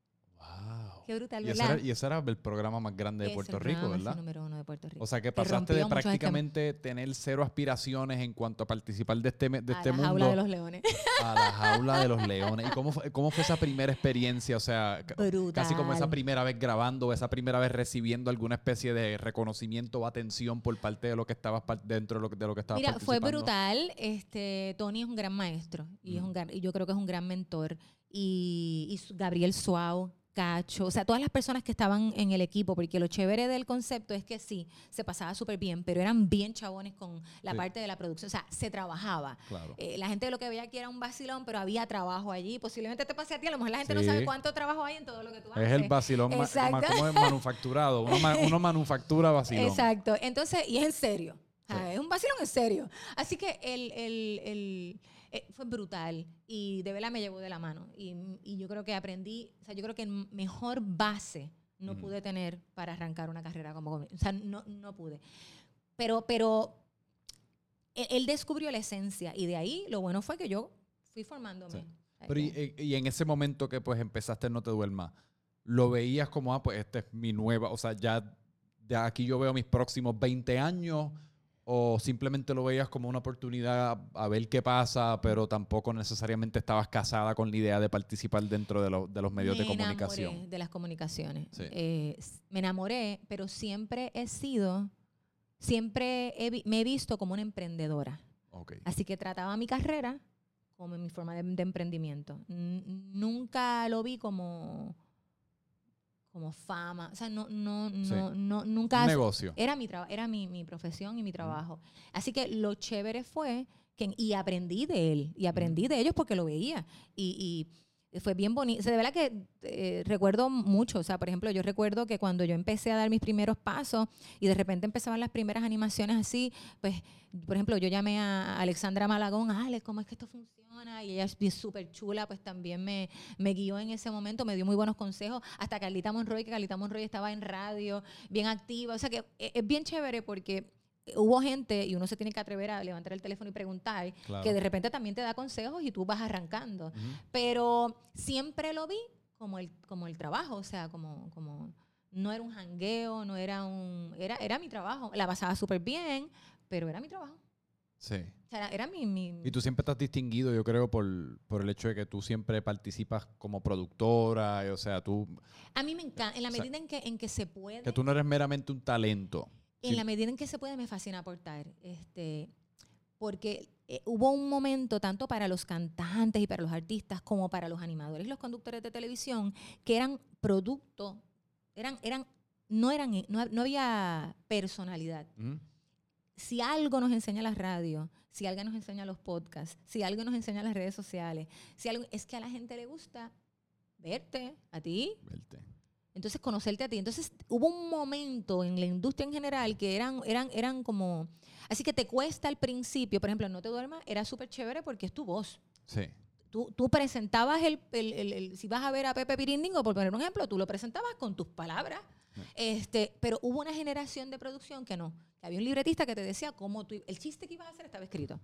Wow. Qué brutal, y ¿verdad? Ese era, y ese era el programa más grande de es Puerto el Rico, ¿verdad? El número uno de Puerto Rico. O sea, que pasaste que de prácticamente este... tener cero aspiraciones en cuanto a participar de este, de este mundo. A la jaula de los leones. A la jaula de los leones. ¿Y cómo fue, cómo fue esa primera experiencia? O sea, brutal. Casi como esa primera vez grabando, esa primera vez recibiendo alguna especie de reconocimiento o atención por parte de lo que estabas dentro de lo que, de lo que estabas Mira, participando. Fue brutal. Este, Tony es un gran maestro y, mm. es un gran, y yo creo que es un gran mentor. Y, y Gabriel Suau, Cacho, o sea, todas las personas que estaban en el equipo, porque lo chévere del concepto es que sí, se pasaba súper bien, pero eran bien chabones con la sí. parte de la producción, o sea, se trabajaba. Claro. Eh, la gente lo que veía aquí era un vacilón, pero había trabajo allí, posiblemente te pase a ti, a lo mejor la gente sí. no sabe cuánto trabajo hay en todo lo que tú haces. Es el vacilón, ma- ma- como es manufacturado, uno, ma- uno manufactura vacilón. Exacto, entonces, y es en serio, sí. es un vacilón en serio. Así que el... el, el Eh, fue brutal y de verdad me llevó de la mano y, y yo creo que aprendí, o sea, yo creo que mejor base no mm. pude tener para arrancar una carrera como, o sea, no, no pude. Pero, pero él, él descubrió la esencia y de ahí lo bueno fue que yo fui formándome. Sí. Pero y, y en ese momento que pues empezaste No Te Duermas, ¿lo veías como, ah, pues esta es mi nueva, o sea, ya de aquí yo veo mis próximos veinte años? ¿O simplemente lo veías como una oportunidad a, a ver qué pasa, pero tampoco necesariamente estabas casada con la idea de participar dentro de, lo, de los medios me de comunicación? Me enamoré de las comunicaciones. Sí. Eh, me enamoré, pero siempre he sido, siempre he, me he visto como una emprendedora. Okay. Así que trataba mi carrera como mi forma de, de emprendimiento. N- nunca lo vi como... como fama, o sea, no, no, no, sí. no, nunca... Un negocio. Era mi trabajo, era mi, mi profesión y mi trabajo. Mm. Así que lo chévere fue que, y aprendí de él, y aprendí mm. de ellos porque lo veía, y, y fue bien bonito. O sea, de verdad que eh, recuerdo mucho, o sea, por ejemplo, yo recuerdo que cuando yo empecé a dar mis primeros pasos, y de repente empezaban las primeras animaciones así, pues, por ejemplo, yo llamé a Alexandra Malagón, Alex, ¿cómo es que esto funciona? Y ella es súper chula, pues también me, me guió en ese momento, me dio muy buenos consejos, hasta Carlita Monroy, que Carlita Monroy estaba en radio, bien activa, o sea que es, es bien chévere porque hubo gente, y uno se tiene que atrever a levantar el teléfono y preguntar, claro. que de repente también te da consejos y tú vas arrancando, uh-huh. pero siempre lo vi como el, como el trabajo, o sea, como, como no era un jangueo, no era un, era, era mi trabajo. La pasaba súper bien, pero era mi trabajo. Sí. O sea, era, era mi, mi... Y tú siempre estás distinguido, yo creo, por, por el hecho de que tú siempre participas como productora, o sea, tú... A mí me encanta, en la medida o sea, en, que, en que se puede... Que tú no eres meramente un talento. En sí. la medida en que se puede me fascina aportar, este, porque eh, hubo un momento tanto para los cantantes y para los artistas como para los animadores y los conductores de televisión que eran producto, eran, eran, no, eran, no, no había personalidad. ¿Mm? Si algo nos enseña la radio, si algo nos enseña los podcasts, si algo nos enseña las redes sociales, si algo, es que a la gente le gusta verte, a ti. Verte. Entonces, conocerte a ti. Entonces, hubo un momento en la industria en general que eran, eran, eran como... Así que te cuesta al principio, por ejemplo, No te duermas, era súper chévere porque es tu voz. Sí. Tú, tú presentabas el, el, el, el... Si vas a ver a Pepe Pirindingo, por poner un ejemplo, tú lo presentabas con tus palabras. Sí. Este, pero hubo una generación de producción que no. Que había un libretista que te decía cómo tú... El chiste que ibas a hacer estaba escrito.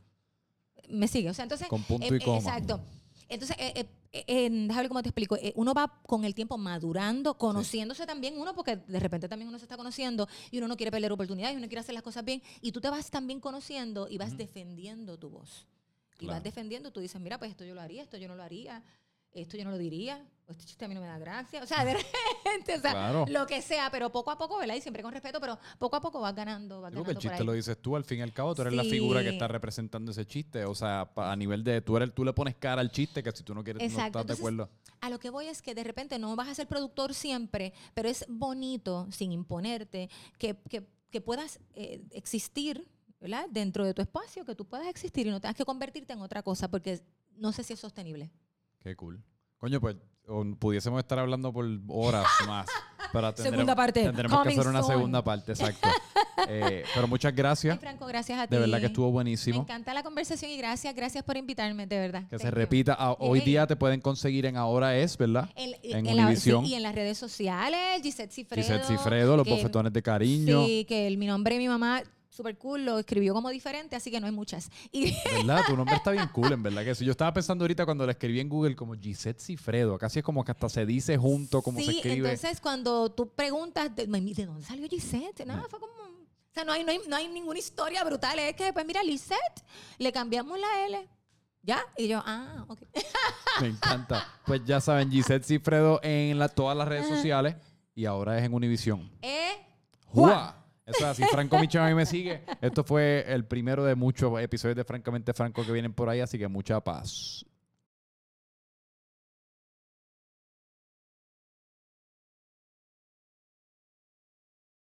¿Me sigue? O sea, entonces... Con punto eh, y coma. Exacto. Entonces, eh, eh, eh, déjame ver cómo te explico. Eh, uno va con el tiempo madurando, conociéndose sí. también uno, porque de repente también uno se está conociendo y uno no quiere perder oportunidades, uno quiere hacer las cosas bien. Y tú te vas también conociendo y vas uh-huh. defendiendo tu voz. Y claro. vas defendiendo, tú dices, mira, pues esto yo lo haría, esto yo no lo haría, esto yo no lo diría, este chiste a mí no me da gracia. O sea, de repente, o sea, claro. lo que sea, pero poco a poco, ¿verdad? Y siempre con respeto, pero poco a poco vas ganando, vas sí, ganando porque el chiste por ahí. lo dices tú, al fin y al cabo, tú eres sí. la figura que está representando ese chiste. O sea, a nivel de, tú, eres, tú le pones cara al chiste, que si tú no quieres, exacto. no estás Entonces, de acuerdo. A lo que voy es que de repente no vas a ser productor siempre, pero es bonito, sin imponerte, que, que, que puedas eh, existir, ¿verdad? Dentro de tu espacio, que tú puedas existir y no tengas que convertirte en otra cosa, porque no sé si es sostenible. Qué cool. Coño, pues pudiésemos estar hablando por horas más. Pero tendremos, segunda parte. Tendremos Coming que hacer una soon. segunda parte, exacto. eh, pero muchas gracias. Ay, Franco, gracias a ti. De verdad que estuvo buenísimo. Me encanta la conversación y gracias, gracias por invitarme, de verdad. Que Thank se you. repita. Ah, hoy hey. día te pueden conseguir en Ahora Es, ¿verdad? El, en en Univisión. La, sí, y en las redes sociales, Gisette Cifredo. Gisette Cifredo, Los que, Bofetones de Cariño. Sí, que el, mi nombre y mi mamá... Súper cool, lo escribió como diferente, así que no hay muchas. Y ¿verdad? Tu nombre está bien cool, en verdad que sí. Yo estaba pensando ahorita cuando lo escribí en Google como Gisette Cifredo. Casi es como que hasta se dice junto, como sí, se escribe. Entonces cuando tú preguntas, ¿de, ¿de dónde salió Gisette? Nada, fue como... O sea, no hay, no hay, no hay ninguna historia brutal. Es que, pues mira, Lisette, le cambiamos la L. ¿Ya? Y yo, ah, ok. Me encanta. Pues ya saben, Gisette Cifredo en la, todas las redes sociales y ahora es en Univisión. Eh, ¡Jua! Eso es así, Franco Michel a mí me sigue. Esto fue el primero de muchos episodios de Francamente Franco que vienen por ahí, así que mucha paz.